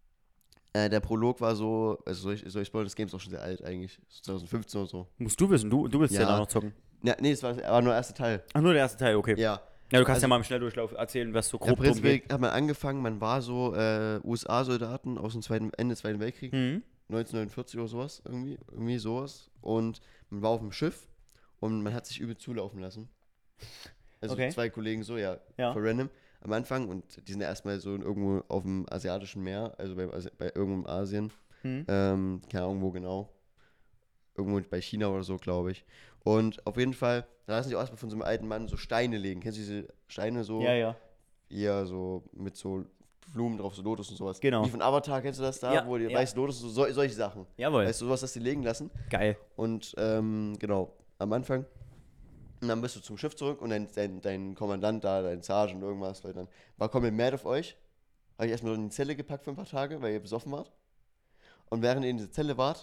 der Prolog war so, also soll ich spoilern, das Game ist auch schon sehr alt eigentlich. 2015 oder so. Musst du wissen, du willst ja Ja. da noch zocken. Ja, nee, es war nur der erste Teil. Ach, nur der erste Teil, okay. Ja. Ja, du kannst Also- ja mal im Schnelldurchlauf erzählen, was so Ja, grob drum prinzipiell geht. hat man angefangen, man war so USA-Soldaten aus dem Ende des Zweiten Weltkriegs. Hm. 1949 oder sowas, irgendwie sowas. Und man war auf dem Schiff und man hat sich übel zulaufen lassen. Also Okay. 2 Kollegen so, ja, Ja. für random am Anfang. Und die sind ja erstmal so irgendwo auf dem asiatischen Meer, also bei irgendwo in Asien. Hm. Keine Ahnung wo genau. Irgendwo bei China oder so, glaube ich. Und auf jeden Fall, da lassen sie auch erstmal von so einem alten Mann so Steine legen. Kennst du diese Steine so? Ja, ja. Eher so mit so Blumen drauf, so Lotus und sowas. Genau. Wie von Avatar, kennst du das da? Ja, Wo die ja. weiße Lotus, solche Sachen. Jawohl. Weißt du, sowas, das die legen lassen. Geil. Und genau, am Anfang. Und dann bist du zum Schiff zurück und dein Kommandant da, dein Sergeant, irgendwas, weil dann war komplett mad auf euch. Habe ich erstmal in die Zelle gepackt für ein paar Tage, weil ihr besoffen wart. Und während ihr in dieser Zelle wart,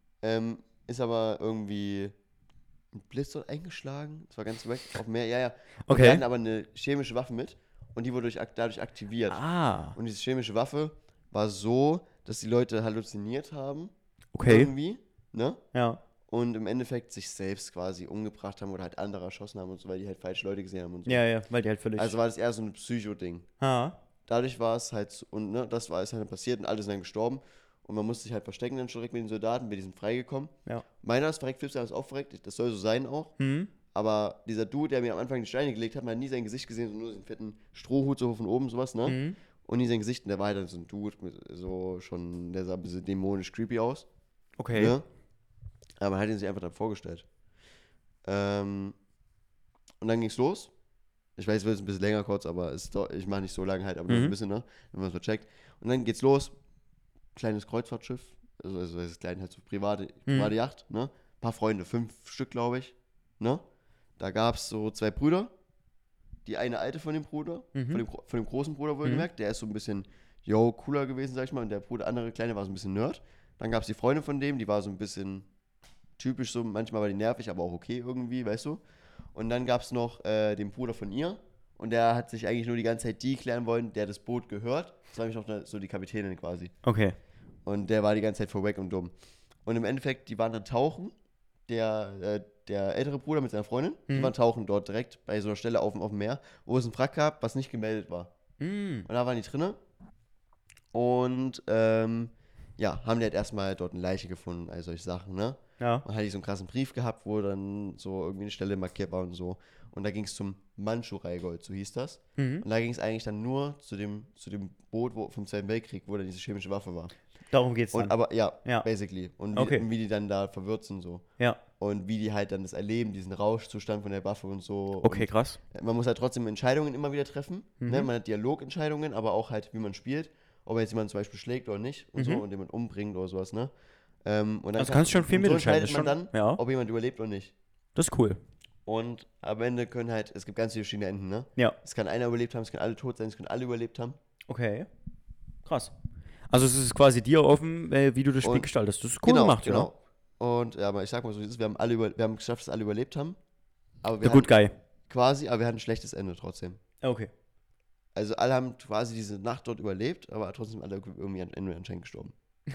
ist aber irgendwie ein Blitz dort eingeschlagen. Das war ganz weg auf dem Meer, ja. Und Okay. wir hatten aber eine chemische Waffe mit und die wurde dadurch aktiviert. Ah, Und diese chemische Waffe war so, dass die Leute halluziniert haben. okay. Irgendwie, ne? Ja. Und im Endeffekt sich selbst quasi umgebracht haben oder halt andere erschossen haben und so, weil die halt falsche Leute gesehen haben und so. Ja, ja, weil die halt völlig. Also war das eher so ein Psycho-Ding. Ha. Dadurch war es halt, und ne, das war es halt passiert und alle sind dann gestorben. Und man musste sich halt verstecken dann schon direkt mit den Soldaten, die sind freigekommen. Ja. Meiner ist verreckt, Philips ist auch verreckt, das soll so sein auch. Hm. Aber dieser Dude, der mir am Anfang die Steine gelegt hat, man hat nie sein Gesicht gesehen, sondern nur den fetten Strohhut so von oben, sowas, ne? Hm. Und nie sein Gesicht, und der war halt dann so ein Dude, so schon, der sah ein bisschen dämonisch creepy aus. Okay. Ne? Aber man hat ihn sich einfach dann vorgestellt. Und dann ging's los. Ich weiß, es wird ein bisschen länger kurz, aber ich mache nicht so lange halt, aber nur ein bisschen, ne? Wenn man es mal checkt. Und dann geht's los. Kleines Kreuzfahrtschiff. Also das ist klein, halt so private Yacht, ne? Ein paar Freunde, 5 Stück, glaube ich. Ne? Da gab's so 2 Brüder. Die eine alte von dem Bruder, von dem großen Bruder wohlgemerkt, der ist so ein bisschen, cooler gewesen, sag ich mal. Und der andere Kleine war so ein bisschen Nerd. Dann gab's die Freundin von dem, die war so ein bisschen typisch so, manchmal war die nervig, aber auch okay irgendwie, weißt du. Und dann gab es noch den Bruder von ihr und der hat sich eigentlich nur die ganze Zeit die klären wollen, der das Boot gehört. Das war nämlich noch so die Kapitänin quasi. Okay. Und der war die ganze Zeit vorweg und dumm. Und im Endeffekt, die waren dann tauchen, der ältere Bruder mit seiner Freundin, die waren tauchen dort direkt bei so einer Stelle auf dem Meer, wo es ein Wrack gab, was nicht gemeldet war. Hm. Und da waren die drinne. Und ja, haben die halt erstmal dort eine Leiche gefunden, all solche Sachen, ne? Ja. Und hatte ich so einen krassen Brief gehabt, wo dann so irgendwie eine Stelle markiert war und so. Und da ging es zum Mandschurei-Gold, so hieß das. Mhm. Und da ging es eigentlich dann nur zu dem Boot vom Zweiten Weltkrieg, wo dann diese chemische Waffe war. Darum geht's dann. Und aber, ja, Ja. basically. Und Okay. wie die dann da verwirrt sind so. Ja. Und wie die halt dann das erleben, diesen Rauschzustand von der Waffe und so. Okay, krass. Und man muss halt trotzdem Entscheidungen immer wieder treffen. Ne? Man hat Dialogentscheidungen, aber auch halt, wie man spielt. Ob er jetzt jemanden zum Beispiel schlägt oder nicht und so und jemanden umbringt oder sowas, ne? Und dann Also kannst du schon viel und so mitentscheiden, entscheidet man das dann, schon- ja. ob jemand überlebt oder nicht. Das ist cool. Und am Ende können halt, es gibt ganz viele verschiedene Enden, ne? Ja. Es kann einer überlebt haben, es können alle tot sein, es können alle überlebt haben. Okay. Krass. Also es ist quasi dir offen, wie du das Spiel Und- gestaltest. Das ist cool gemacht, ja. genau. Und ja, aber ich sag mal so, wir haben geschafft, dass alle überlebt haben. Aber The wir Good Guy. aber wir hatten ein schlechtes Ende trotzdem. Okay. Also alle haben quasi diese Nacht dort überlebt, aber trotzdem alle irgendwie am Ende anscheinend gestorben.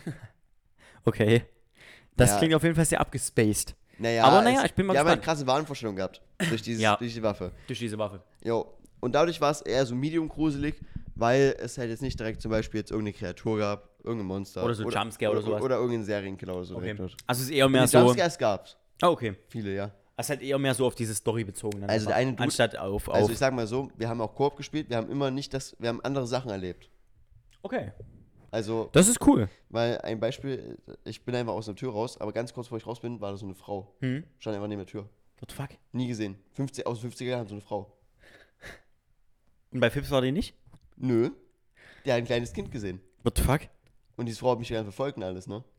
Okay. Das Ja. klingt auf jeden Fall sehr abgespaced. Naja, Aber naja, ich bin mal wir haben halt gespannt. krasse Wahnvorstellungen gehabt durch Ja. durch die Waffe. Durch diese Waffe. Jo. Und dadurch war es eher so medium gruselig, weil es halt jetzt nicht direkt zum Beispiel jetzt irgendeine Kreatur gab, irgendein Monster. Oder so Jumpscare oder sowas. Oder irgendein Serienkiller oder so Okay. direkt dort. Also es ist eher Und mehr die so. Jumpscares gab's. Ah, okay. Viele, ja. Es ist halt eher mehr so auf diese Story bezogen. Dann Also der einfach, eine Dude- anstatt auf. Also ich sag mal so, wir haben auch Koop gespielt, wir haben immer nicht wir haben andere Sachen erlebt. Okay. Also, Das ist cool. weil ein Beispiel, ich bin einfach aus der Tür raus, aber ganz kurz bevor ich raus bin, war da so eine Frau. Stand einfach neben der Tür. What the fuck? Nie gesehen. Aus den 50er Jahren so eine Frau. Und bei Fips war die nicht? Nö. Der hat ein kleines Kind gesehen. What the fuck? Und diese Frau hat mich gerne verfolgt und alles, ne?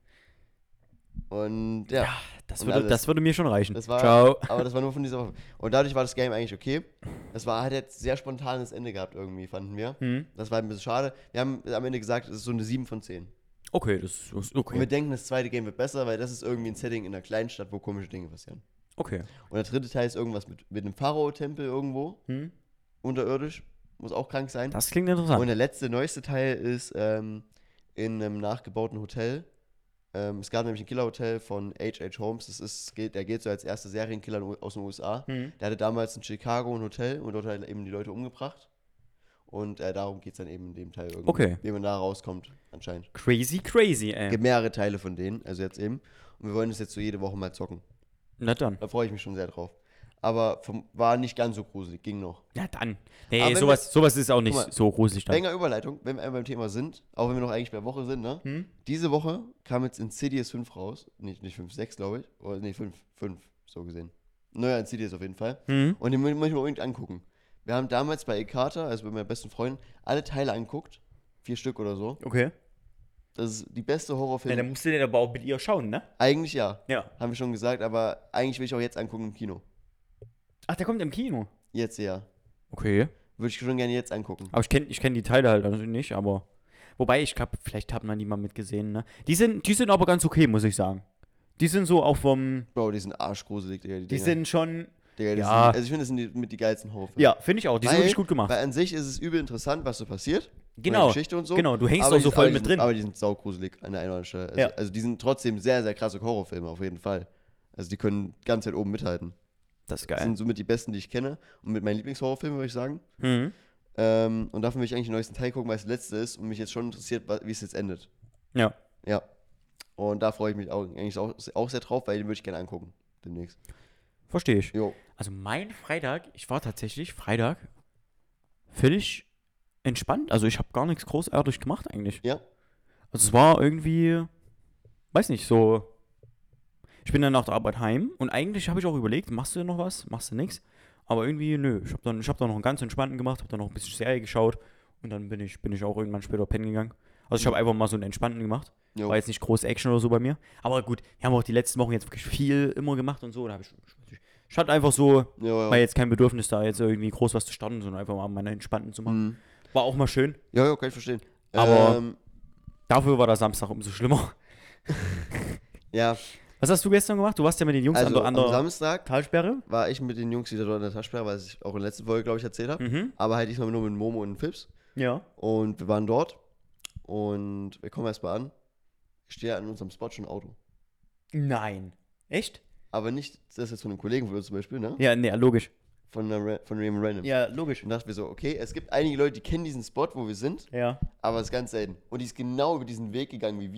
Und ja. Das Und würde, alles. das würde mir schon reichen. Das war, Ciao. aber das war nur von dieser Waffe. Und dadurch war das Game eigentlich okay. Hat jetzt sehr spontanes Ende gehabt irgendwie, fanden wir. Das war ein bisschen schade. Wir haben am Ende gesagt, es ist so eine 7 von 10. Okay, das ist Und okay. wir denken, das zweite Game wird besser, weil das ist irgendwie ein Setting in einer Kleinstadt, wo komische Dinge passieren. Okay. Und der dritte Teil ist irgendwas mit einem Pharao-Tempel irgendwo. Unterirdisch. Muss auch krank sein. Das klingt Und interessant. der neueste Teil ist in einem nachgebauten Hotel. Es gab nämlich ein Killerhotel von H.H. Holmes. Der geht so als erster Serienkiller aus den USA. Der hatte damals in Chicago ein Hotel und dort hat er eben die Leute umgebracht. Und darum geht es dann eben in dem Teil irgendwie. Okay. Wie man da rauskommt, anscheinend. Crazy, crazy, ey. Es gibt mehrere Teile von denen, also jetzt eben. Und wir wollen das jetzt so jede Woche mal zocken. Na dann. Da freue ich mich schon sehr drauf. Aber war nicht ganz so gruselig, ging noch. Na dann. Aber Nee, wenn sowas ist auch nicht Guck mal, so gruselig dann. Länger Überleitung, wenn wir beim Thema sind, auch wenn wir noch eigentlich bei der Woche sind, ne? Diese Woche kam jetzt Insidious 5 raus. Nicht 5, 6, glaube ich. Oder nee, 5, so gesehen. Naja, Insidious auf jeden Fall. Und den muss ich mir unbedingt angucken. Wir haben damals bei Ekata, also bei meinen besten Freunden, alle Teile angeguckt. 4 Stück oder so. Okay. Das ist die beste Horrorfilm. Ja, dann musst du den aber auch mit ihr schauen, ne? Eigentlich ja. Ja. Haben wir schon gesagt, aber eigentlich will ich auch jetzt angucken im Kino. Ach, der kommt im Kino. Jetzt ja. Okay. Würde ich schon gerne jetzt angucken. Aber ich kenn die Teile halt also nicht, aber. Wobei, ich glaube, vielleicht hat man die mal mitgesehen, ne? Die sind aber ganz okay, muss ich sagen. Die sind so auch vom. Bro, die sind arschgruselig, Digga. Die Dinger. sind schon. Digga, ja. also ich finde, das sind mit die geilsten Horrorfilme. Ja, finde ich auch. Die sind wirklich gut gemacht. Weil an sich ist es übel interessant, was so passiert. Genau. Von der Geschichte und so. Genau, du hängst Aber auch so die- voll aber die mit sind- drin. Aber die sind saugruselig an der einen oder anderen Stelle. Also, Ja. also die sind trotzdem sehr, sehr krasse Horrorfilme, auf jeden Fall. Also die können ganz weit oben mithalten. Das ist Das geil. sind somit die besten, die ich kenne. Und mit meinen Lieblingshorrorfilmen, würde ich sagen. Mhm. Und davon will ich eigentlich den neuesten Teil gucken, weil es der letzte ist und mich jetzt schon interessiert, wie es jetzt endet. Ja. Ja. Und da freue ich mich eigentlich auch sehr drauf, weil den würde ich gerne angucken. Demnächst. Verstehe ich. Jo. Also mein Freitag, ich war tatsächlich Freitag völlig entspannt. Also ich habe gar nichts großartig gemacht eigentlich. Ja. Also es war irgendwie, weiß nicht, so. Ich bin dann nach der Arbeit heim und eigentlich habe ich auch überlegt, machst du noch was, machst du nichts? Aber irgendwie, nö. Ich hab dann noch einen ganz entspannten gemacht, habe dann noch ein bisschen Serie geschaut und dann bin ich auch irgendwann später pennen gegangen. Also ich habe einfach mal so einen entspannten gemacht. Jo. War jetzt nicht große Action oder so bei mir. Aber gut, wir haben auch die letzten Wochen jetzt wirklich viel immer gemacht und so. Da ich hatte einfach so, Ja. war jetzt kein Bedürfnis da jetzt irgendwie groß was zu starten, sondern einfach mal meine entspannten zu machen. Mhm. War auch mal schön. Ja, kann ich verstehen. Aber- Dafür war der Samstag umso schlimmer. Ja, Was hast du gestern gemacht? Du warst ja mit den Jungs also an am der Samstag Talsperre. war ich mit den Jungs wieder dort in der Taschensperre, was ich auch in der letzten Folge, glaube ich, erzählt habe. Mhm. Aber halt diesmal nur mit Momo und Fips. Ja. Und wir waren dort und wir kommen erstmal an. Ich stehe an unserem Spot schon ein Auto. Nein. Echt? Aber nicht, das ist jetzt von einem Kollegen von uns zum Beispiel, ne? Ja, nee, logisch. Von Raymond Random. Ja, logisch. Und dachten wir so, okay, es gibt einige Leute, die kennen diesen Spot, wo wir sind, Ja. aber es ist ganz selten. Und die ist genau über diesen Weg gegangen wie wir.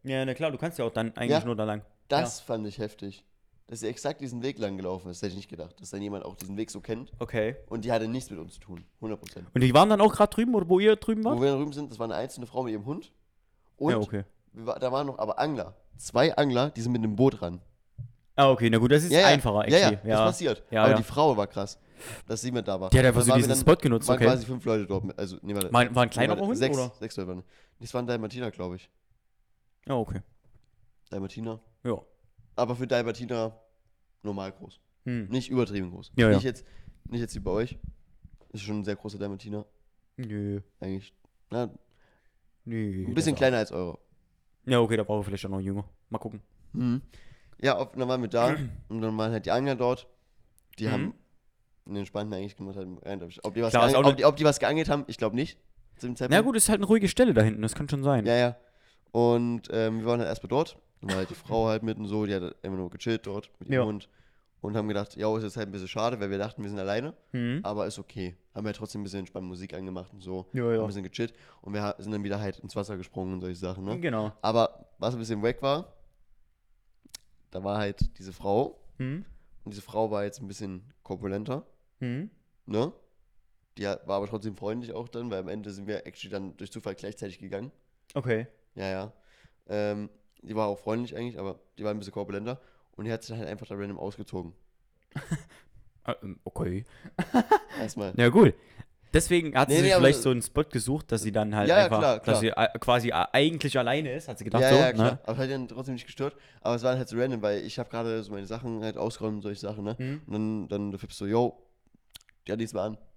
Ja, na klar, du kannst ja auch dann eigentlich Ja, nur da lang. Das fand ich heftig. Dass sie exakt diesen Weg lang gelaufen ist, hätte ich nicht gedacht. Dass dann jemand auch diesen Weg so kennt. Okay. Und die hatte nichts mit uns zu tun. 100%. Und die waren dann auch gerade drüben, oder wo ihr drüben wart? Wo wir drüben sind, das war eine einzelne Frau mit ihrem Hund. Und Ja, okay. da waren noch aber Angler. 2 Angler, die sind mit einem Boot ran. Ah, okay, na gut, das ist einfacher, Ja, actually. das passiert. Ja, aber ja. die Frau war krass, dass sie mit da war. Die hat einfach Dann so waren diesen wir Spot genutzt, waren okay. quasi 5 Leute dort. Also, nee, warte. War ein kleinerer Hund, 6 oder? 6 Leute waren. Das waren Dalmatiner, glaube ich. Ja, okay. Dalmatiner. Ja. Aber für Dalmatiner normal groß. Hm. Nicht übertrieben groß. Ja, nicht jetzt wie bei euch. Ist schon ein sehr großer Dalmatiner. Nö. Eigentlich. Na, Nö. ein bisschen kleiner als eure. Ja, okay, da brauche ich vielleicht auch noch jünger. Mal gucken. Ja, dann waren wir da und dann waren halt die Angler dort. Die Mhm. haben einen entspannten eigentlich gemacht. Ob die was, Klar, ist auch ob die was geangelt haben, ich glaube nicht. Zu dem Zeitpunkt. Na gut, ist halt eine ruhige Stelle da hinten, das kann schon sein. Ja. Und wir waren halt erstmal dort. Dann war halt die Frau halt mitten so, die hat immer nur gechillt dort mit ihrem Hund. Und haben gedacht, ja, ist jetzt halt ein bisschen schade, weil wir dachten, wir sind alleine. Aber ist okay. Haben wir halt trotzdem ein bisschen entspannt Musik angemacht und so. Ja. Haben ein bisschen gechillt. Und wir sind dann wieder halt ins Wasser gesprungen und solche Sachen, ne? Genau. Aber was ein bisschen wack war, da war halt diese Frau. Und diese Frau war jetzt ein bisschen korpulenter, ne? War aber trotzdem freundlich auch dann, weil am Ende sind wir actually dann durch Zufall gleichzeitig gegangen. Okay. Ja. Die war auch freundlich eigentlich, aber die war ein bisschen korpulenter. Und die hat sich dann halt einfach da random ausgezogen. Okay. Erstmal. Ja, gut. Deswegen hat sie sich aber- vielleicht so einen Spot gesucht, dass sie dann halt Ja, einfach, klar. dass sie quasi eigentlich alleine ist, hat sie gedacht, Ja, so. ja, klar. Ne? Aber es hat dann trotzdem nicht gestört. Aber es war halt so random, weil ich habe gerade so meine Sachen halt ausgeräumt und solche Sachen, ne? Und dann der Fips so, yo, ja, diesmal an.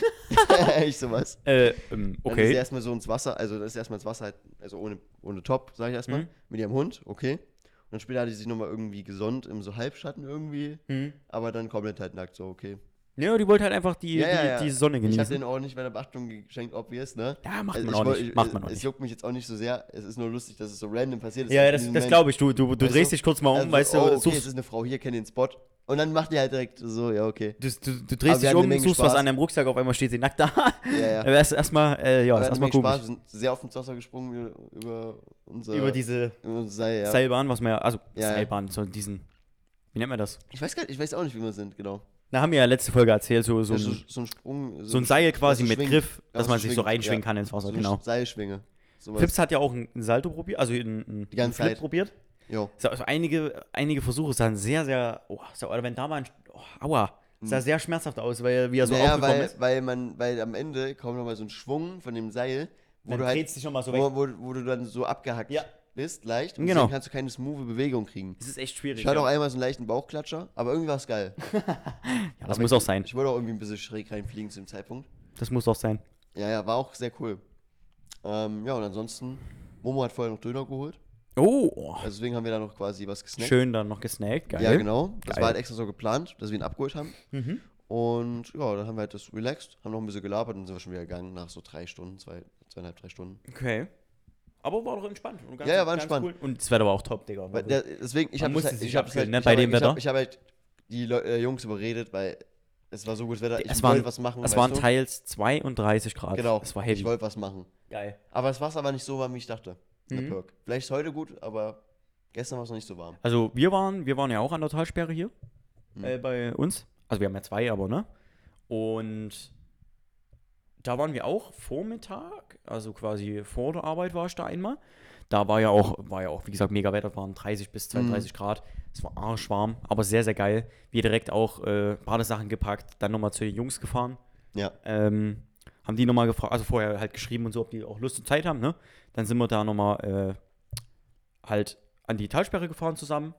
Ich sowas. Dann ist sie Okay. erstmal so ins Wasser, also das ist erstmal ins Wasser halt, also ohne Top, sag ich erstmal, mit ihrem Hund, okay. Und dann später hat sie sich nochmal irgendwie gesonnt, im so Halbschatten irgendwie, aber dann komplett halt nackt, so, okay. Ja, die wollte halt einfach die Sonne Ich habe genießen. denen auch nicht meine Beachtung geschenkt, obvious, ne? Ja, macht Also man auch nicht. Macht man auch Es nicht. juckt mich jetzt auch nicht so sehr, es ist nur lustig, dass es so random passiert ist. Ja, in das diesem das Moment. glaube ich. Du Weißt drehst du? dich kurz mal um, Also, weißt du, okay, es suchst, ist eine Frau, hier kennt den Spot. Und dann macht die halt direkt so, ja, okay. du Aber drehst wir dich hatten eine um, Menge suchst was Spaß. an deinem Rucksack, auf einmal steht sie nackt da. Ja. Das ist erstmal, ist Wir hatten erstmal Spaß, komisch. wir sind sehr oft ins Wasser gesprungen über unser Über diese Seil, ja. Seilbahn, was man ja, also Ja, ja. Seilbahn, so diesen, wie nennt man das? Ich weiß auch nicht, wie wir sind, genau. Da haben wir ja letzte Folge erzählt, so Ja, ein so ein Sprung. so ein Seil quasi so mit schwingen. Griff, Ja, dass so man sich so schwingen, reinschwingen ja. kann ins Wasser, So genau. eine Seilschwinge. Sowas. Fips hat ja auch ein Salto probiert, also einen Die ganze Flip Zeit. probiert. Jo. Also einige Versuche sahen sehr, oder wenn da mal sah sehr schmerzhaft aus, weil wie er so aufgekommen ist. Weil am Ende kommt nochmal so ein Schwung von dem Seil, wo Dann du halt, drehst dich nochmal so weg. wo du dann so abgehackt Ja. bist, leicht. Und Genau. deswegen kannst du keine smooth Bewegung kriegen. Das ist echt schwierig. Ich hatte auch ja. einmal so einen leichten Bauchklatscher, aber irgendwie war es geil. Ja, das muss auch sein. Ich wollte auch irgendwie ein bisschen schräg reinfliegen zu dem Zeitpunkt. Das muss auch sein. Ja, war auch sehr cool. Ja, und ansonsten, Momo hat vorher noch Döner geholt. Oh, Also deswegen haben wir da noch quasi was gesnackt. schön dann noch gesnackt, geil. Ja, genau. Das Geil. war halt extra so geplant, dass wir ihn abgeholt haben. Und ja, dann haben wir halt das relaxed, haben noch ein bisschen gelabert und sind wir schon wieder gegangen nach so 3 Stunden, 2,5, 3 Stunden. Okay. Aber war doch entspannt. Und Ja, war ganz entspannt. Cool. Und das Wetter war auch top, Digga. Weil deswegen, ich Man habe musste halt, sich ich hab's abkühlen, halt, ne, ich bei hab- dem ich Wetter. hab- ich habe halt die Jungs überredet, weil es war so gutes Wetter. Es Ich waren, wollte was machen. es weißt waren du? teils 32 Grad. Genau. Es war heavy. Ich wollte was machen. Geil. Aber das Wasser war nicht so warm, wie ich dachte. In der Mhm. Perk. Vielleicht ist heute gut, aber gestern war es noch nicht so warm. Also wir waren ja auch an der Talsperre hier bei uns. Also wir haben ja 2, aber ne? Und da waren wir auch Vormittag, also quasi vor der Arbeit war ich da einmal. Da war ja auch, wie gesagt, mega Wetter, waren 30 bis 32 Grad. Es war arschwarm, aber sehr, sehr geil. Wir direkt auch Badesachen gepackt, dann nochmal zu den Jungs gefahren. Ja. Haben die nochmal gefragt, also vorher halt geschrieben und so, ob die auch Lust und Zeit haben, ne? Dann sind wir da nochmal halt an die Talsperre gefahren zusammen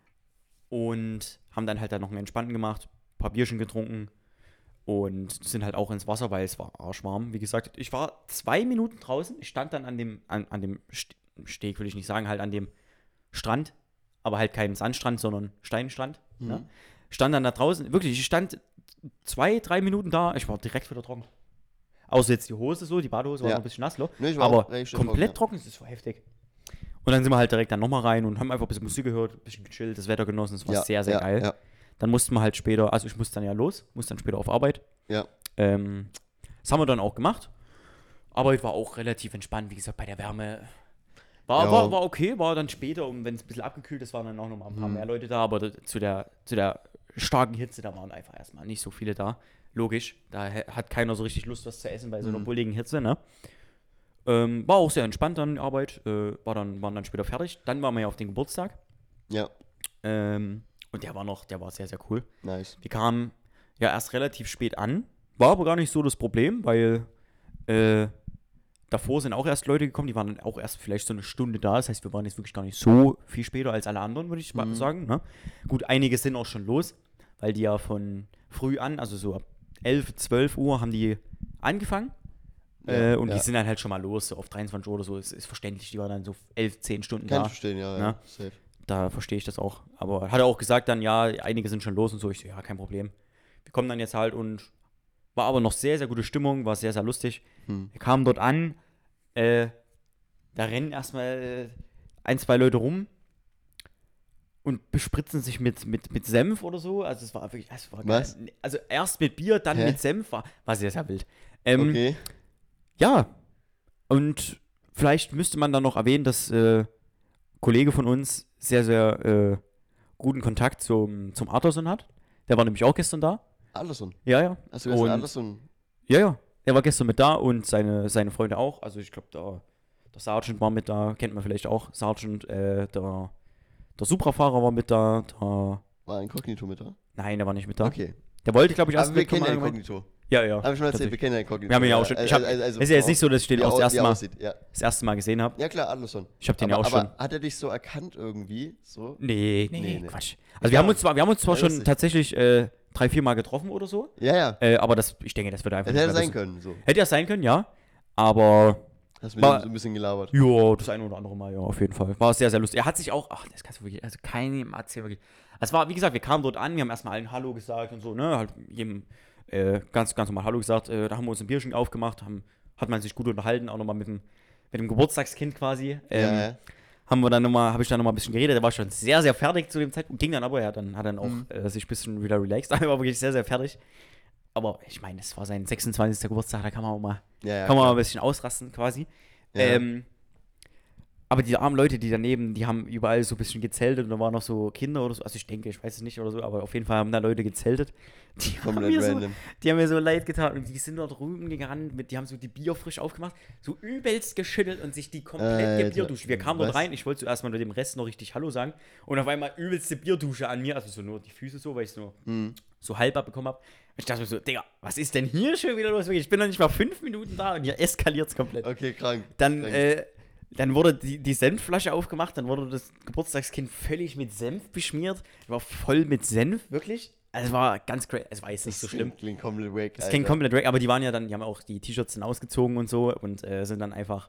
und haben dann halt noch einen Entspannten gemacht, ein paar Bierchen getrunken und sind halt auch ins Wasser, weil es war arschwarm. Wie gesagt, ich war 2 Minuten draußen, ich stand dann an dem Steg, will ich nicht sagen, halt an dem Strand, aber halt kein Sandstrand, sondern Steinstrand. Ne? Stand dann da draußen, wirklich, ich stand 2, 3 Minuten da, ich war direkt wieder trocken. Außer jetzt die Hose so, die Badehose war Ja. noch ein bisschen nass, Nee, ich war auch aber relativ schnell komplett trocken, trocken, das war heftig. Und dann sind wir halt direkt dann nochmal rein und haben einfach ein bisschen Musik gehört, ein bisschen gechillt, das Wetter genossen, das war Ja, sehr, sehr ja, geil. ja. Dann mussten wir halt später, also ich musste dann ja los, musste dann später auf Arbeit. Ja. Das haben wir dann auch gemacht. Aber ich war auch relativ entspannt, wie gesagt, bei der Wärme. Ja. War okay, war dann später, wenn es ein bisschen abgekühlt ist, waren dann auch noch mal ein paar mehr Leute da, aber zu der starken Hitze, da waren einfach erstmal nicht so viele da. Logisch, da hat keiner so richtig Lust, was zu essen bei so einer bulligen Hitze, ne? War auch sehr entspannt dann die Arbeit, waren dann später fertig. Dann waren wir ja auf den Geburtstag. Ja, Und der war sehr, sehr cool. nice. Wir kamen ja erst relativ spät an, war aber gar nicht so das Problem, weil davor sind auch erst Leute gekommen, die waren dann auch erst vielleicht so eine Stunde da. Das heißt, wir waren jetzt wirklich gar nicht so viel später als alle anderen, würde ich mal sagen. Ne? Gut, einige sind auch schon los, weil die ja von früh an, also so ab 11, 12 Uhr haben die angefangen. Und die sind dann halt schon mal los, so auf 23 Uhr oder so, ist verständlich. Die waren dann so 11, 10 Stunden Kann da. ich verstehen, ja. Ja. Safe. Da verstehe ich das auch. Aber hat er auch gesagt dann, ja, einige sind schon los und so. Ich so, ja, kein Problem. Wir kommen dann jetzt halt und war aber noch sehr, sehr gute Stimmung, war sehr, sehr lustig. Wir kamen dort an, da rennen erstmal 1, 2 Leute rum und bespritzen sich mit Senf oder so. Also es war wirklich, Was? geil. Also erst mit Bier, dann Hä? mit Senf, war sehr, sehr wild. Okay. Ja, und vielleicht müsste man dann noch erwähnen, dass Kollege von uns sehr, sehr guten Kontakt zum Arthurson hat. Der war nämlich auch gestern da. Anderson. Ja. Hast du gesagt, Und- Anderson? Ja. Er war gestern mit da und seine Freunde auch. Also ich glaube, der Sergeant war mit da, kennt man vielleicht auch. Sergeant, der Supra-Fahrer war mit da. War Inkognito mit da? Nein, der war nicht mit da. Okay. Der wollte, glaube ich, erst Aber wir mitkommen. kennen ja allgemein. Inkognito. Ja. Hab ich schon erzählt, wir tatsächlich. kennen ja Inkognito. Wir haben ihn ja auch schon. Also, Es ist ja jetzt nicht so, dass ich den auch das erste Mal gesehen habe. Ja klar, Anderson. Ich habe den ja auch schon. Aber hat er dich so erkannt irgendwie? So? Nee, Nee. Quatsch. Also wir haben uns zwar Ja, schon lustig. tatsächlich 3, 4 Mal getroffen oder so. Ja. Aber ich denke, das wird einfach Das nicht hätte mehr sein so- können, so. Hätte ja sein können, ja. Aber Hast mit War- ihm so ein bisschen gelabert. ja, das eine oder andere Mal, ja, auf jeden Fall. War sehr, sehr lustig. Er hat sich auch, das kannst du wirklich, also keinem erzählen, wirklich. Es war, wie gesagt, wir kamen dort an, wir haben erstmal allen Hallo gesagt und so, ne, halt jedem ganz normal Hallo gesagt. Da haben wir uns ein Bierchen aufgemacht, hat man sich gut unterhalten, auch nochmal mit dem Geburtstagskind quasi. Ja. Habe ich dann nochmal ein bisschen geredet. Der war schon sehr, sehr fertig zu dem Zeitpunkt. Ging dann aber, hat dann auch sich ein bisschen wieder relaxed. Er war wirklich sehr, sehr fertig. Aber ich meine, es war sein 26. Geburtstag, da kann man auch mal, Ja, kann man mal klar. ein bisschen ausrasten quasi. Ja. Aber die armen Leute, die daneben, die haben überall so ein bisschen gezeltet und da waren noch so Kinder oder so. Also ich denke, ich weiß es nicht oder so, aber auf jeden Fall haben da Leute gezeltet. Die haben Komplett mir random. die haben mir so leid getan und die sind dort drüben gerannt, die haben so die Bier frisch aufgemacht, so übelst geschüttelt und sich die komplett Alter, gebierduscht. Wir kamen dort was? rein, ich wollte zuerst mal mit dem Rest noch richtig Hallo sagen und auf einmal übelste Bierdusche an mir, also so nur die Füße so, weil ich es nur so halb abbekommen habe. Ich dachte mir so, Digga, was ist denn hier schon wieder los? Ich bin noch nicht mal 5 Minuten da und hier eskaliert es komplett. Okay, krank. Dann, Krank. dann wurde die Senfflasche aufgemacht, dann wurde das Geburtstagskind völlig mit Senf beschmiert. War voll mit Senf, wirklich. Also es war ganz crazy. Es war jetzt nicht so schlimm. Klingt komplett wack. Es klingt komplett weg, aber die waren ja dann, die haben auch die T-Shirts dann ausgezogen und so und sind dann einfach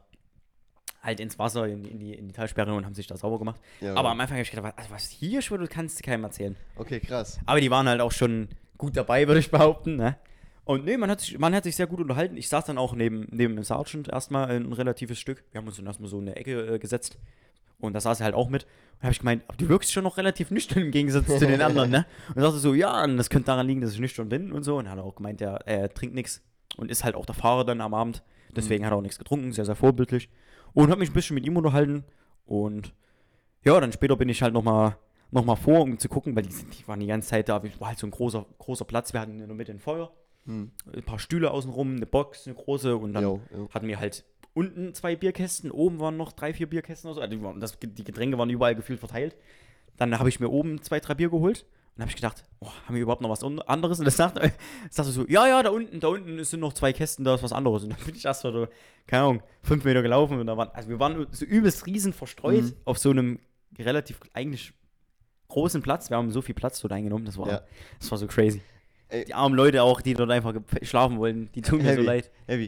halt ins Wasser, in die Talsperre und haben sich da sauber gemacht. Ja, aber ja. am Anfang habe ich gedacht, was hier schon, du kannst keinem erzählen. Okay, krass. Aber die waren halt auch schon gut dabei, würde ich behaupten, ne? Und nee, man hat sich sehr gut unterhalten. Ich saß dann auch neben dem Sergeant erstmal ein relatives Stück. Wir haben uns dann erstmal so in eine Ecke gesetzt. Und da saß er halt auch mit. Und da habe ich gemeint, du wirkst schon noch relativ nüchtern im Gegensatz zu den anderen, ne? Und er sagte so, ja, und das könnte daran liegen, dass ich nüchtern bin und so. Und er hat auch gemeint, er trinkt nichts und ist halt auch der Fahrer dann am Abend. Deswegen hat er auch nichts getrunken, sehr, sehr vorbildlich. Und habe mich ein bisschen mit ihm unterhalten. Und ja, dann später bin ich halt noch mal vor, um zu gucken, weil die waren die ganze Zeit da. War halt so ein großer Platz. Wir hatten in der Mitte ein Feuer, ein paar Stühle außenrum, eine Box, eine große. Und dann Jo. hatten wir halt unten 2 Bierkästen, oben waren noch 3, 4 Bierkästen oder so. Also die Getränke waren überall gefühlt verteilt. Dann habe ich mir oben 2, 3 Bier geholt. Und habe ich gedacht, haben wir überhaupt noch was anderes? Und das sagte so, ja, da unten sind noch 2 Kästen, da ist was anderes. Und dann bin ich erst mal so, keine Ahnung, 5 Meter gelaufen. Und wir waren so übelst riesen verstreut auf so einem relativ eigentlich großen Platz. Wir haben so viel Platz dort eingenommen, das war so crazy. Ey. Die armen Leute auch, die dort einfach schlafen wollen, die tun mir so leid. Heavy.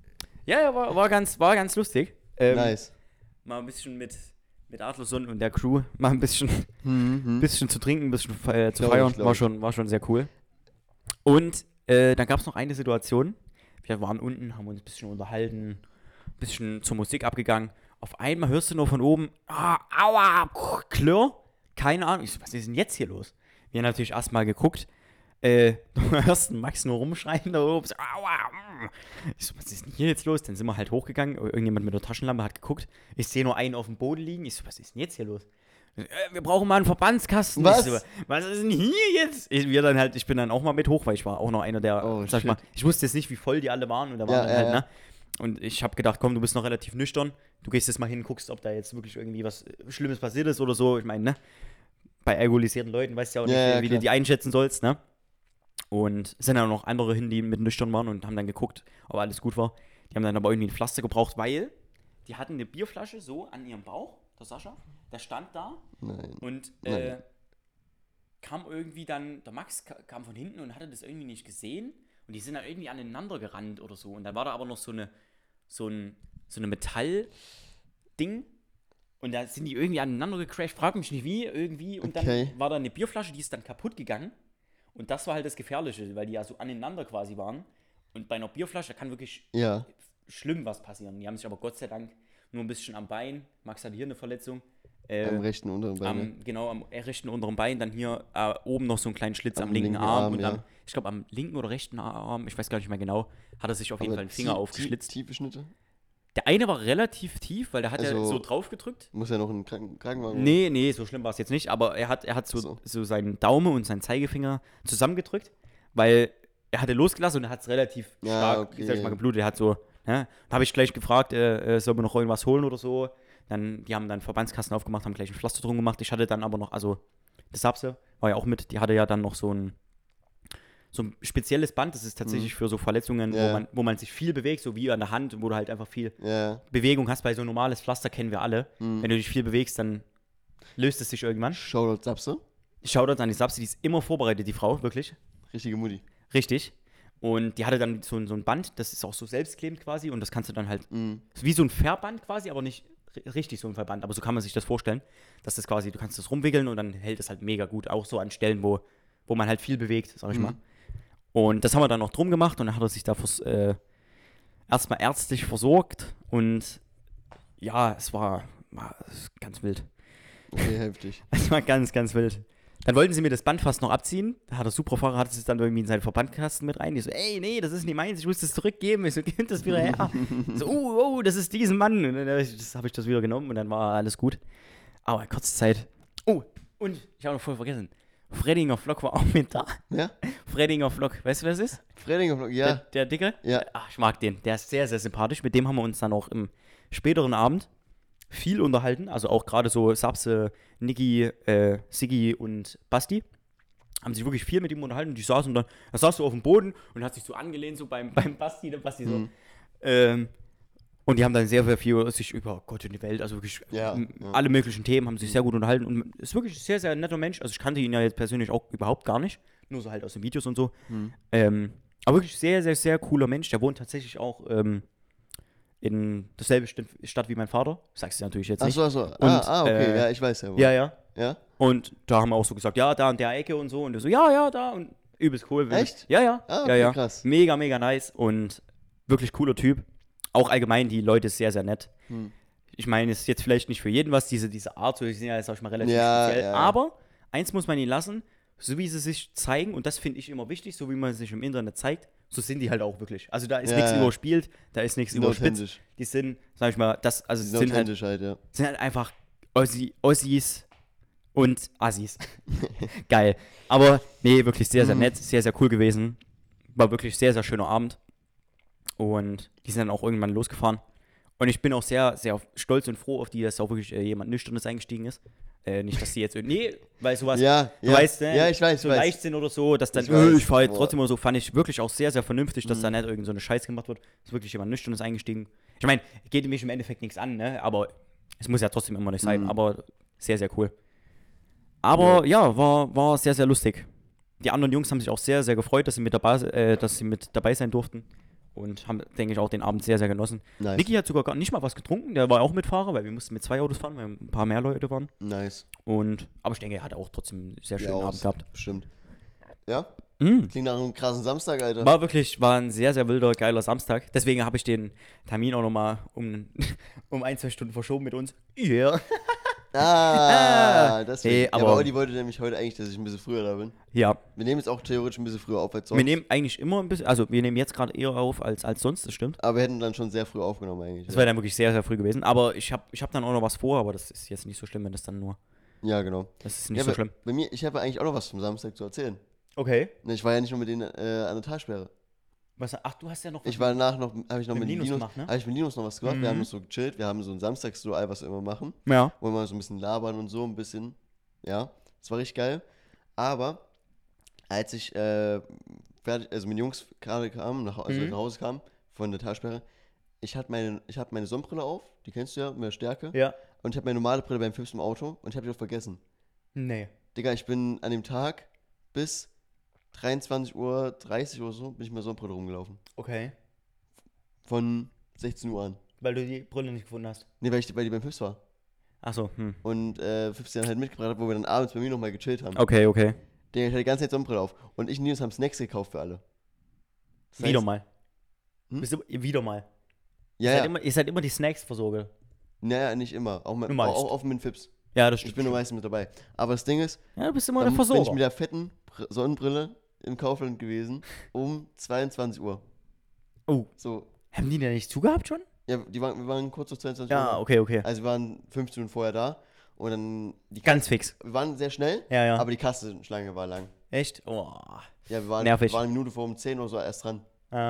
Ja, war ganz lustig. Nice. Mal ein bisschen mit Adlerson und der Crew mal ein bisschen zu trinken, ein bisschen zu feiern. glaub ich. War schon sehr cool. Und dann gab es noch eine Situation. Wir waren unten, haben uns ein bisschen unterhalten, ein bisschen zur Musik abgegangen. Auf einmal hörst du nur von oben, aua, klirr. Keine Ahnung. Ich so, was ist denn jetzt hier los? Wir haben natürlich erstmal geguckt. Du hörst den Max nur rumschreien da oben. So, aua. Ich so, was ist denn hier jetzt los? Dann sind wir halt hochgegangen, irgendjemand mit der Taschenlampe hat geguckt. Ich sehe nur einen auf dem Boden liegen. Ich so, was ist denn jetzt hier los? Wir brauchen mal einen Verbandskasten. Was? Ich so, was ist denn hier jetzt? Ich bin dann auch mal mit hoch, weil ich war auch noch einer der, sag ich shit. mal, ich wusste jetzt nicht, wie voll die alle waren und da waren dann halt, ne? Und ich habe gedacht, komm, du bist noch relativ nüchtern. Du gehst jetzt mal hin, guckst, ob da jetzt wirklich irgendwie was Schlimmes passiert ist oder so. Ich meine, ne? Bei alkoholisierten Leuten weißt du ja auch nicht, wie du die einschätzen sollst, ne? Und es sind dann noch andere hin, die mit nüchtern waren und haben dann geguckt, ob alles gut war. Die haben dann aber irgendwie ein Pflaster gebraucht, weil die hatten eine Bierflasche so an ihrem Bauch, der Sascha, der stand da. Nein. Und kam irgendwie dann, der Max kam von hinten und hatte das irgendwie nicht gesehen. Und die sind dann irgendwie aneinander gerannt oder so. Und dann war da aber noch so eine Metall-Ding. Und da sind die irgendwie aneinander gecrashed. Frag mich nicht wie, irgendwie. Und dann war da eine Bierflasche, die ist dann kaputt gegangen. Und das war halt das Gefährliche, weil die ja so aneinander quasi waren. Und bei einer Bierflasche kann wirklich schlimm was passieren. Die haben sich aber Gott sei Dank nur ein bisschen am Bein. Max hatte hier eine Verletzung. Am rechten unteren Bein. Genau, am rechten unteren Bein. Dann hier oben noch so einen kleinen Schlitz am linken Arm. Und dann, ich glaube, am linken oder rechten Arm, ich weiß gar nicht mehr genau, hat er sich auf jeden Fall einen Finger aufgeschlitzt. Tiefe Schnitte? Der eine war relativ tief, weil der hat ja so drauf gedrückt. Muss ja noch einen Krankenwagen. Nee, so schlimm war es jetzt nicht. Aber er hat so seinen Daumen und seinen Zeigefinger zusammengedrückt, weil er hatte losgelassen und er hat es relativ stark, sag ich mal, geblutet. Er hat so, ne? Da habe ich gleich gefragt, soll man noch irgendwas holen oder so. Die haben dann Verbandskasten aufgemacht, haben gleich ein Pflaster drum gemacht. Ich hatte dann aber noch, also das Sapse war ja auch mit, die hatte ja dann noch so ein spezielles Band, das ist tatsächlich für so Verletzungen, wo man sich viel bewegt, so wie an der Hand, wo du halt einfach viel Bewegung hast. Bei so ein normales Pflaster kennen wir alle. Wenn du dich viel bewegst, dann löst es sich irgendwann. Shoutout Sapse. Shoutout an die Sapse, die ist immer vorbereitet, die Frau, wirklich. Richtige Mutti. Richtig. Und die hatte dann so ein Band, das ist auch so selbstklebend quasi und das kannst du dann halt, wie so ein Fährband quasi, aber nicht richtig so ein Verband, aber so kann man sich das vorstellen, dass das quasi, du kannst das rumwickeln und dann hält es halt mega gut, auch so an Stellen, wo man halt viel bewegt, sag ich mal. Und das haben wir dann noch drum gemacht und dann hat er sich da erstmal ärztlich versorgt und ja, es war ganz wild. Okay, heftig. Es war ganz, ganz wild. Dann wollten sie mir das Band fast noch abziehen. Da hat der Superfahrer hat es dann irgendwie in seinen Verbandkasten mit rein. Ich so, ey, nee, das ist nicht meins, ich muss das zurückgeben. Ich so, gib das wieder her. So, oh, das ist diesen Mann. Und dann habe ich das wieder genommen und dann war alles gut. Aber kurze Zeit. Oh, und ich habe noch voll vergessen. Freddinger Vlog war auch mit da. Ja? Freddinger Vlog, weißt du, wer es ist? Freddinger Vlog, ja. Der Dicke? Ja. Ach, ich mag den. Der ist sehr, sehr sympathisch. Mit dem haben wir uns dann auch im späteren Abend viel unterhalten, also auch gerade so Sapse, Niki, Siggi und Basti haben sich wirklich viel mit ihm unterhalten und die saßen dann, da saß du auf dem Boden und hat sich so angelehnt, so beim Basti, der Basti so. Und die haben dann sehr, sehr viel sich über Gott und die Welt, also wirklich alle möglichen Themen, haben sich sehr gut unterhalten und ist wirklich ein sehr, sehr netter Mensch, also ich kannte ihn ja jetzt persönlich auch überhaupt gar nicht, nur so halt aus den Videos und so, aber wirklich sehr, sehr, sehr cooler Mensch, der wohnt tatsächlich auch in derselbe Stadt wie mein Vater. Sagst du natürlich jetzt nicht. Achso. Okay, ja, ich weiß ja. Wo. Ja. Und da haben wir auch so gesagt, ja, da an der Ecke und so. Und der so, ja, da. Und übelst cool. Echt? Ja. Okay, krass. Mega, mega nice und wirklich cooler Typ. Auch allgemein, die Leute ist sehr, sehr nett. Ich meine, es ist jetzt vielleicht nicht für jeden was, diese Art, so, die sind ja jetzt, sag ich mal, relativ speziell. Aber eins muss man ihnen lassen, so wie sie sich zeigen, und das finde ich immer wichtig, so wie man sich im Internet zeigt, so sind die halt auch wirklich. Also da ist nichts überspielt, da ist nichts überspitzt. Die sind, sag ich mal, sind halt einfach Ossis und Assis. Geil. Aber nee, wirklich sehr, sehr nett, sehr, sehr cool gewesen. War wirklich sehr, sehr schöner Abend. Und die sind dann auch irgendwann losgefahren. Und ich bin auch sehr, sehr stolz und froh auf die, dass auch wirklich jemand Nüchternes eingestiegen ist. Nicht, dass die jetzt weil sowas, du weißt, ne, ja, ich weiß, so leicht sind oder so, dass dann, ich fahre jetzt trotzdem oder so, fand ich wirklich auch sehr, sehr vernünftig, dass da nicht irgend so eine Scheiß gemacht wird. Ist wirklich jemand Nüchternes eingestiegen. Ich meine, geht mich im Endeffekt nichts an, ne, aber es muss ja trotzdem immer nicht sein, aber sehr, sehr cool. Aber ja, war sehr, sehr lustig. Die anderen Jungs haben sich auch sehr, sehr gefreut, dass sie mit dabei sein durften. Und haben, denke ich, auch den Abend sehr, sehr genossen. Nice. Niki hat sogar gar nicht mal was getrunken. Der war auch Mitfahrer, weil wir mussten mit 2 Autos fahren, weil ein paar mehr Leute waren. Nice. Aber ich denke, er hat auch trotzdem einen sehr schönen Abend gehabt. Bestimmt. Ja? Klingt nach einem krassen Samstag, Alter. War ein sehr, sehr wilder, geiler Samstag. Deswegen habe ich den Termin auch nochmal um 1-2 Stunden verschoben mit uns. Yeah. Deswegen. Nee, Ja, aber aber Olli wollte nämlich heute eigentlich, dass ich ein bisschen früher da bin. ja, Wir nehmen jetzt auch theoretisch ein bisschen früher auf als sonst. wir nehmen eigentlich immer ein bisschen, also wir nehmen jetzt gerade eher auf als sonst, das stimmt. Aber wir hätten dann schon sehr früh aufgenommen eigentlich. Das wäre dann wirklich sehr, sehr früh gewesen. Aber ich hab dann auch noch was vor, aber das ist jetzt nicht so schlimm, wenn das dann nur. Ja, genau. Das ist nicht Ja, so aber schlimm. bei mir, ich habe eigentlich auch noch was vom Samstag zu erzählen. Okay. Ne, ich war ja nicht nur mit denen an der Talsperre. Ach, du hast ja noch. Ich war danach noch, habe ich noch Mit mit Linus Linus, gemacht, ne? habe ich mit Linus noch was gemacht. Wir Mhm. haben uns so gechillt. Wir haben so ein Samstagsduell, was wir immer machen. Ja. Wo wir mal so ein bisschen labern und so ein bisschen. Ja, das war richtig geil. Aber als ich fertig, also mit Jungs gerade kam, nach Hause kam von der Talsperre, ich hab meine Sonnenbrille auf, die kennst du ja, mehr Stärke. Ja. Und ich habe meine normale Brille beim Fips im Auto und ich habe die doch vergessen. Nee. Digga, ich bin an dem Tag bis 23:30 Uhr oder so, bin ich mit der Sonnenbrille rumgelaufen. Okay. Von 16 Uhr an. Weil du die Brille nicht gefunden hast. Nee, weil die beim Fips war. Ach so, Und Fips die dann halt mitgebracht hat, wo wir dann abends bei mir nochmal gechillt haben. Okay, okay. Digga, ich hatte die ganze Zeit Sonnenbrille auf. Und ich und Nils haben Snacks gekauft für alle. Das Wieder heißt- mal. Hm? Wieder mal. Ja, ja. Ihr seid immer die Snacks-Versorger. Naja, nicht immer. Auch Meist. auch mit Fips. Ja, das Ich stimmt. bin nur meistens mit dabei. Aber das Ding ist, Ja, du bist immer dann der bin ich Versorger. mit der fetten Sonnenbrille im Kaufland gewesen um 22 Uhr. Oh, So, haben die denn nicht zugehabt schon? ja, wir waren kurz auf 22 Uhr. Ja, da. okay, okay. Also wir waren 15 Minuten vorher da und dann Ganz fix. wir waren sehr schnell, Ja, ja. aber die Kassenschlange war lang. Echt? Oh. Ja, wir waren Nervig. eine Minute vor um 10 oder so erst dran.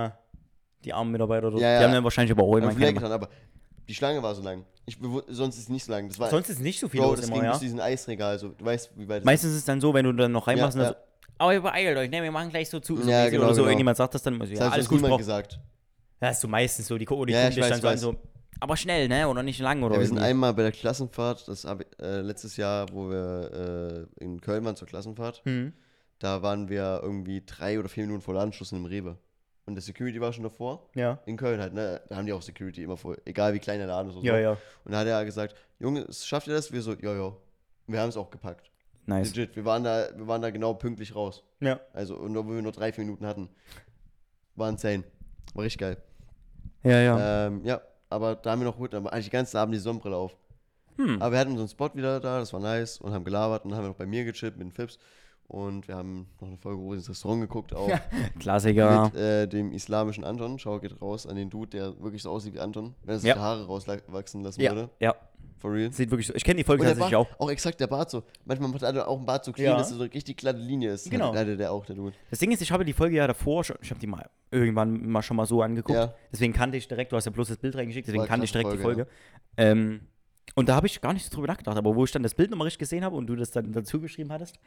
Die armen Mitarbeiter dort. Ja, ja. Die haben dann wahrscheinlich aber auch Wir immer haben vielleicht keine. dran, aber die Schlange war so lang. Sonst ist es nicht so lang. Das war, Sonst ist nicht so viel Bro, los das immer, ging ja. bis diesen Eisregal. So, du weißt, wie weit das Meistens ist es dann so, wenn du dann noch reinmachst Ja, und dann so, aber übereilt euch, ne, wir machen gleich so zu. So Ja, mäßig genau, oder so, genau. irgendjemand sagt das dann immer so, ist. ja, Das hat alles uns gut, niemand Bro. gesagt. Ja, ist so meistens so, die gucken Ja, dich ich dann weiß, so an, so, aber schnell, ne, oder nicht lang oder Ja, wir sind irgendwie. einmal bei der Klassenfahrt, das habe ich letztes Jahr, wo wir in Köln waren zur Klassenfahrt, da waren wir irgendwie 3 oder 4 Minuten vor Ladenschluss in einem Rewe. Und der Security war schon davor, Ja. in Köln halt, ne? Da haben die auch Security immer vor, egal wie klein der Laden ist oder Ja, so. ja. Und da hat er gesagt, Junge, schafft ihr das? Wir so, ja. Wir haben es auch gepackt. Nice. Legit, wir waren da genau pünktlich raus. Ja. Also, und obwohl wir nur 3, 4 Minuten hatten. War insane. War richtig geil. Ja, ja. Ja, aber da haben wir noch gut, aber eigentlich den ganzen Abend die Sonnenbrille auf. Aber wir hatten unseren Spot wieder da, das war nice und haben gelabert und dann haben wir noch bei mir gechillt mit den Fips und wir haben noch eine Folge ins Restaurant geguckt, auch Klassiker. mit dem islamischen Anton. Schau, geht raus an den Dude, der wirklich so aussieht wie Anton, wenn er sich Ja. die Haare rauswachsen lassen Ja, würde. ja. For real. Sieht wirklich so. Ich kenne die Folge Und der tatsächlich Bart, auch. auch exakt der Bart so. Manchmal macht er auch ein Bart so clean, Ja. dass er so eine richtig glatte Linie ist. Genau. Hatte der auch, der Dude. Das Ding ist, ich habe die Folge ja davor schon, ich habe die mal irgendwann mal schon mal so angeguckt. Ja. Deswegen kannte ich direkt, du hast ja bloß das Bild reingeschickt, deswegen War kannte ich direkt krasse die Folge, Folge. Und da habe ich gar nicht so drüber nachgedacht, aber wo ich dann das Bild nochmal richtig gesehen habe und du das dann dazu geschrieben hattest,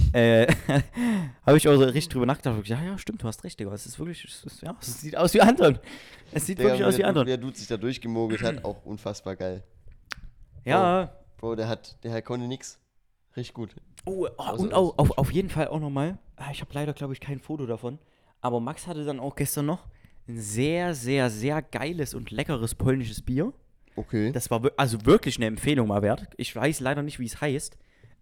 habe ich auch so richtig drüber nachgedacht. Und gesagt, ja, stimmt, du hast recht, Digga. Es ist wirklich, es sieht aus wie Anton. Es sieht wirklich aus wie Anton. Der Dude sich da durchgemogelt hat, auch unfassbar geil. Ja. Bro, der konnte nix. Richtig gut. Und auf jeden Fall auch nochmal, ich habe leider, glaube ich, kein Foto davon, aber Max hatte dann auch gestern noch ein sehr, sehr, sehr geiles und leckeres polnisches Bier. Okay. Das war also wirklich eine Empfehlung mal wert. Ich weiß leider nicht, wie es heißt.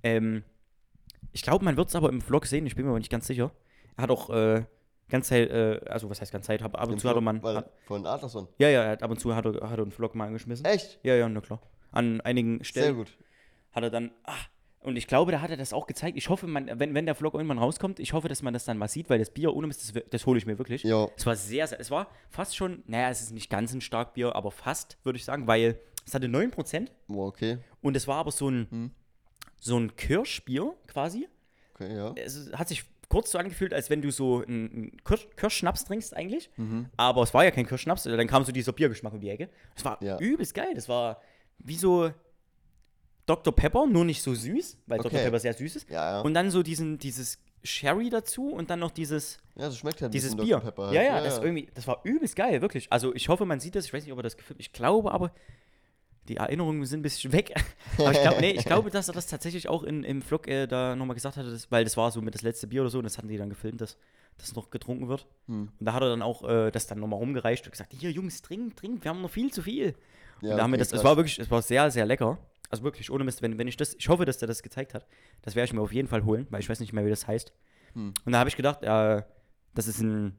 Ich glaube, man wird es aber im Vlog sehen, ich bin mir aber nicht ganz sicher. Er hat auch ganz Zeit, also was heißt ganz Zeit, ab und zu hat er mal. Von Adlerson. Ja, ab und zu hat er einen Vlog mal angeschmissen. Echt? Ja, na klar. An einigen Stellen. Sehr gut. Hat er dann, und ich glaube, da hat er das auch gezeigt. Ich hoffe, wenn der Vlog irgendwann rauskommt, ich hoffe, dass man das dann mal sieht, weil das Bier ohne Mist, das hole ich mir wirklich. Jo. Es war es war fast schon, naja, es ist nicht ganz ein stark Bier, aber fast, würde ich sagen, weil es hatte 9% Boah, okay. und es war aber so ein Kirschbier quasi. Okay, ja. Es hat sich kurz so angefühlt, als wenn du so einen Kirschschnaps trinkst eigentlich, aber es war ja kein Kirschschnaps, dann kam so dieser Biergeschmack um die Ecke. Es war übelst geil, das war wie so Dr. Pepper, nur nicht so süß, weil Okay. Dr. Pepper sehr süß ist. Ja. Und dann so dieses Sherry dazu und dann noch dieses Ja, so schmeckt halt ein dieses bisschen Bier. Dr. Pepper halt. Ja, das war übelst geil, wirklich. Also ich hoffe, man sieht das, ich weiß nicht, ob er das gefilmt, ich glaube aber, die Erinnerungen sind ein bisschen weg. Aber ich glaube, dass er das tatsächlich auch im Vlog da nochmal gesagt hatte, weil das war so mit das letzte Bier oder so und das hatten die dann gefilmt, dass das noch getrunken wird. Und da hat er dann auch das dann nochmal rumgereicht und gesagt, hier Jungs, trinkt, wir haben noch viel zu viel. Ja, und da haben wir okay, das, es war wirklich, es war sehr, sehr lecker. Also wirklich, ohne Mist, wenn ich hoffe, dass der das gezeigt hat. Das werde ich mir auf jeden Fall holen, weil ich weiß nicht mehr, wie das heißt. Und da habe ich gedacht, das ist ein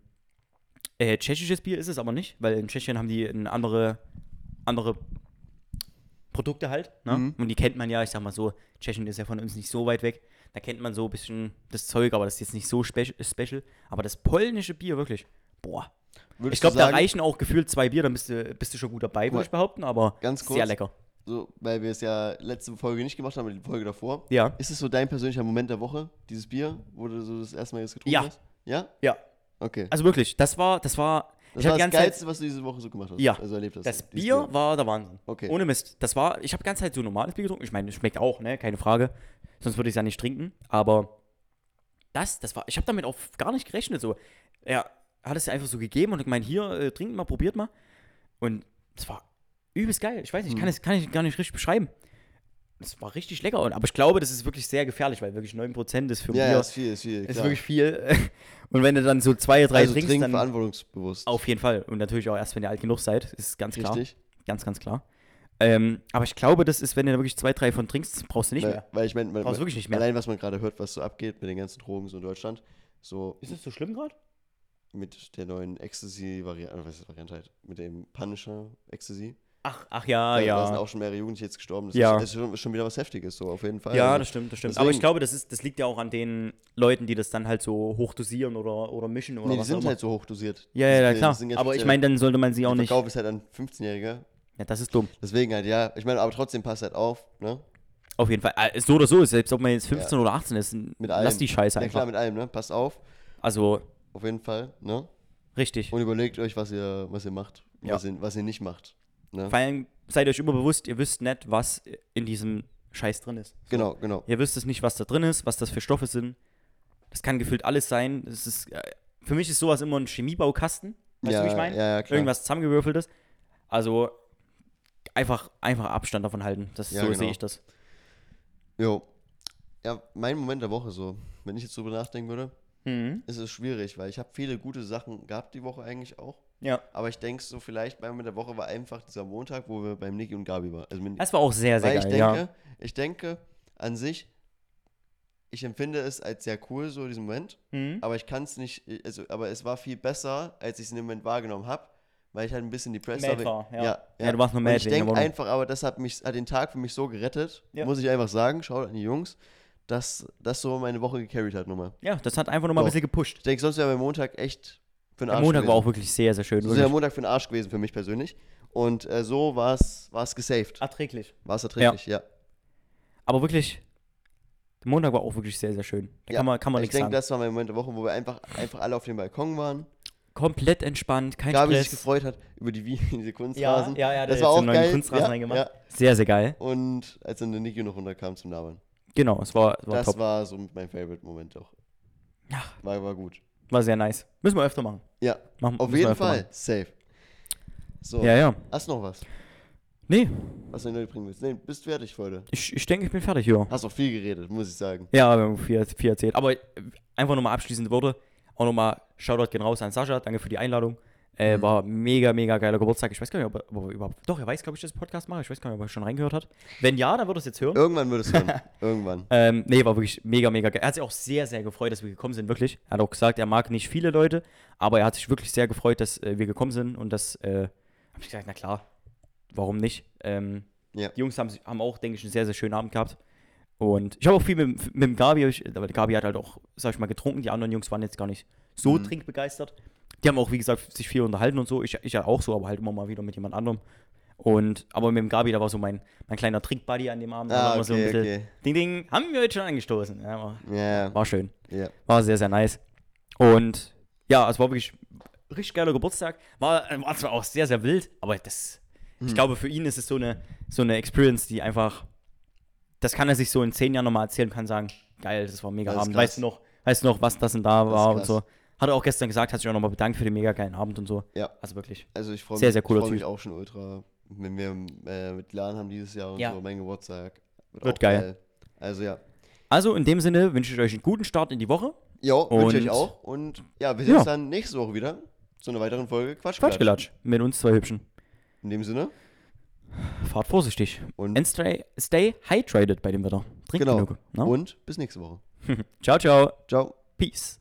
tschechisches Bier, ist es aber nicht, weil in Tschechien haben die eine andere Produkte halt, ne? Und die kennt man ja, ich sag mal so, Tschechien ist ja von uns nicht so weit weg. Da kennt man so ein bisschen das Zeug, aber das ist jetzt nicht so special. Aber das polnische Bier, wirklich, boah. Würdest Ich glaube, du da sagen, reichen auch gefühlt 2 Bier, dann bist du schon gut dabei, würde ich behaupten, aber ganz kurz, sehr lecker. so, weil wir es ja letzte Folge nicht gemacht haben, aber die Folge davor. Ja. Ist es so dein persönlicher Moment der Woche, dieses Bier, wo du so das erste Mal jetzt getrunken Ja. hast? Ja? Ja. Okay. Also wirklich, das war Das ich war hab die das ganze Zeit, Geilste, was du diese Woche so gemacht hast. Ja. Also erlebt hast. das dieses Bier war der Wahnsinn. Okay. Ohne Mist. Ich habe die ganze Zeit so normales Bier getrunken. Ich meine, es schmeckt auch, ne, keine Frage. Sonst würde ich es ja nicht trinken. Aber ich habe damit auch gar nicht gerechnet. So, er hat es einfach so gegeben und gemeint, hier, trinkt mal, probiert mal. Und es war übelst geil. Ich weiß nicht, kann ich gar nicht richtig beschreiben. Es war richtig lecker. Aber ich glaube, das ist wirklich sehr gefährlich, weil wirklich 9% ist für Ja, Bier. ja, ist viel, Ist klar. wirklich viel. Und wenn du dann so 2, 3 Also trinkst, trink dann verantwortungsbewusst. auf jeden Fall. Und natürlich auch erst, wenn ihr alt genug seid, ist ganz klar. Richtig. Ganz, ganz klar. Aber ich glaube, das ist, wenn du da wirklich 2, 3 von trinkst, brauchst du nicht mehr. Weil ich meine, Brauchst du wirklich nicht mehr. allein was man gerade hört, was so abgeht mit den ganzen Drogen so in Deutschland, so Ist es so schlimm gerade? mit der neuen Ecstasy-Variante, was ist Variante halt, mit dem Punisher Ecstasy. Ach ja, Da sind ja. auch schon mehrere Jugendliche jetzt gestorben. Das Ja. ist schon wieder was Heftiges, so auf jeden Fall. Ja, Also, das stimmt. deswegen- Aber ich glaube, das liegt ja auch an den Leuten, die das dann halt so hochdosieren oder mischen oder Nee, die was auch sind immer. halt so hochdosiert. Ja, Das klar. sind jetzt Aber ich speziell- meine, dann sollte man sie auch der nicht. Verkauf ist halt an 15-Jähriger. Ja, das ist dumm. Deswegen halt, ja. Ich meine, aber trotzdem passt halt auf, ne? Auf jeden Fall. So oder so, selbst ob man jetzt 15 oder 18 ist, Mit allem. lass die Scheiße Ja, einfach. klar, mit allem, ne? Passt auf. Also, Auf jeden Fall, ne? richtig. Und überlegt euch, was ihr macht. Ja. Was ihr nicht macht. Ne? Vor allem seid euch immer bewusst, ihr wisst nicht, was in diesem Scheiß drin ist. So. Genau. Ihr wisst es nicht, was da drin ist, was das für Stoffe sind. Das kann gefühlt alles sein. Für mich ist sowas immer ein Chemiebaukasten. Weißt du, wie ich meine? Ja, klar. Irgendwas zusammengewürfeltes. Also einfach Abstand davon halten. Ja, So genau. sehe ich das. Jo. Ja, mein Moment der Woche so, wenn ich jetzt drüber nachdenken würde, Mhm. ist es schwierig, weil ich habe viele gute Sachen gehabt die Woche eigentlich auch. Ja. Aber ich denke so, vielleicht mein Moment der Woche war einfach dieser Montag, wo wir beim Niki und Gabi waren. Also Das war auch sehr, sehr weil geil. ich denke an sich, ich empfinde es als sehr cool, so diesen Moment, Mhm. aber ich kann es nicht, also, aber es war viel besser, als ich es in dem Moment wahrgenommen habe, weil ich halt ein bisschen depressed Mad war, ja. Ja, Ja, du warst nur Und mad ich wegen der denke Wohnung. einfach, aber das hat den Tag für mich so gerettet, Ja. muss ich einfach sagen, schaut an die Jungs, dass das so meine Woche gecarried hat nochmal. Ja, das hat einfach nochmal ein Doch. bisschen gepusht. Ich denke, sonst wäre mein Montag echt für den Der Arsch Montag war auch gewesen. wirklich sehr, sehr schön. Das wäre der Wirklich. Montag für den Arsch gewesen für mich persönlich. Und so war es gesaved. Erträglich. War es erträglich, ja. Aber wirklich, der Montag war auch wirklich sehr, sehr schön. Da Ja. kann man Ich nichts denke, sagen. das war mein Moment der Woche, wo wir einfach alle auf dem Balkon waren. Komplett entspannt, kein Gabi sich Stress. gefreut hat über diese Ja, Kunstrasen. der das hat war jetzt auch einen neuen geil. Kunstrasen Ja, reingemacht. ja. Sehr, sehr geil. Und als dann der Niki noch runterkam zum Labern. Genau, es war Das top. war so mein Favorite-Moment auch. Ja. War gut. War sehr nice. Müssen wir öfter machen. Ja, Machen auf müssen wir jeden öfter Fall. Safe. So, Machen. Ja. hast du noch was, Nee, was du neu bringen willst? Nee, bist fertig für heute. ich denke, ich bin fertig hier. Hast auch viel geredet, muss ich sagen. Ja, wir haben viel erzählt. Aber einfach nochmal abschließende Worte. Auch nochmal Shoutout gehen raus an Sascha. Danke für die Einladung. War mega, mega geiler Geburtstag. Ich weiß gar nicht, ob er überhaupt. Doch, er weiß, glaube ich, dass ich das Podcast mache. Ich weiß gar nicht, ob er schon reingehört hat. Wenn ja, dann wird er es jetzt hören. Irgendwann würdest du hören. Irgendwann. Nee, war wirklich mega, mega geil. Er hat sich auch sehr, sehr gefreut, dass wir gekommen sind, wirklich. Er hat auch gesagt, er mag nicht viele Leute, aber er hat sich wirklich sehr gefreut, dass wir gekommen sind und das, habe ich gesagt, na klar, warum nicht? Ja. Die Jungs haben auch, denke ich, einen sehr, sehr schönen Abend gehabt. Und ich habe auch viel mit dem Gabi, aber der Gabi hat halt auch, sag ich mal, getrunken. Die anderen Jungs waren jetzt gar nicht so trinkbegeistert. Die haben auch, wie gesagt, sich viel unterhalten und so. Ich ja auch so, aber halt immer mal wieder mit jemand anderem. Aber mit dem Gabi, da war so mein kleiner Trinkbuddy an dem Abend. Da haben wir so ein bisschen, Ding, haben wir heute schon angestoßen. Ja, Ja. war schön. Ja. War sehr, sehr nice. Und ja, es war wirklich ein richtig geiler Geburtstag. War zwar auch sehr, sehr wild, aber ich glaube, für ihn ist es so eine Experience, die einfach, das kann er sich so in 10 Jahren nochmal erzählen und kann sagen, geil, das war ein mega Das ist Abend. krass. Weißt du noch, was das denn da Das ist war und krass. so. Hat er auch gestern gesagt, hat sich auch nochmal bedankt für den mega geilen Abend und so. Ja. Also wirklich. Also ich freue Sehr, mich, sehr cooler ich freu mich Typ. auch schon ultra, wenn wir mit Lan haben dieses Jahr und Ja. so, mein Geburtstag. Wird auch geil. Also ja. Also in dem Sinne wünsche ich euch einen guten Start in die Woche. Jo, wünsche ich Und- auch. Und ja, wir sehen uns Ja. dann nächste Woche wieder zu einer weiteren Folge Quatschgelatsch. Quatschgelatsch. Mit uns zwei Hübschen. In dem Sinne. Fahrt vorsichtig. Und And stay hydrated bei dem Wetter. Trinkt genau. genug. Ne? Und bis nächste Woche. Ciao, ciao. Ciao. Peace.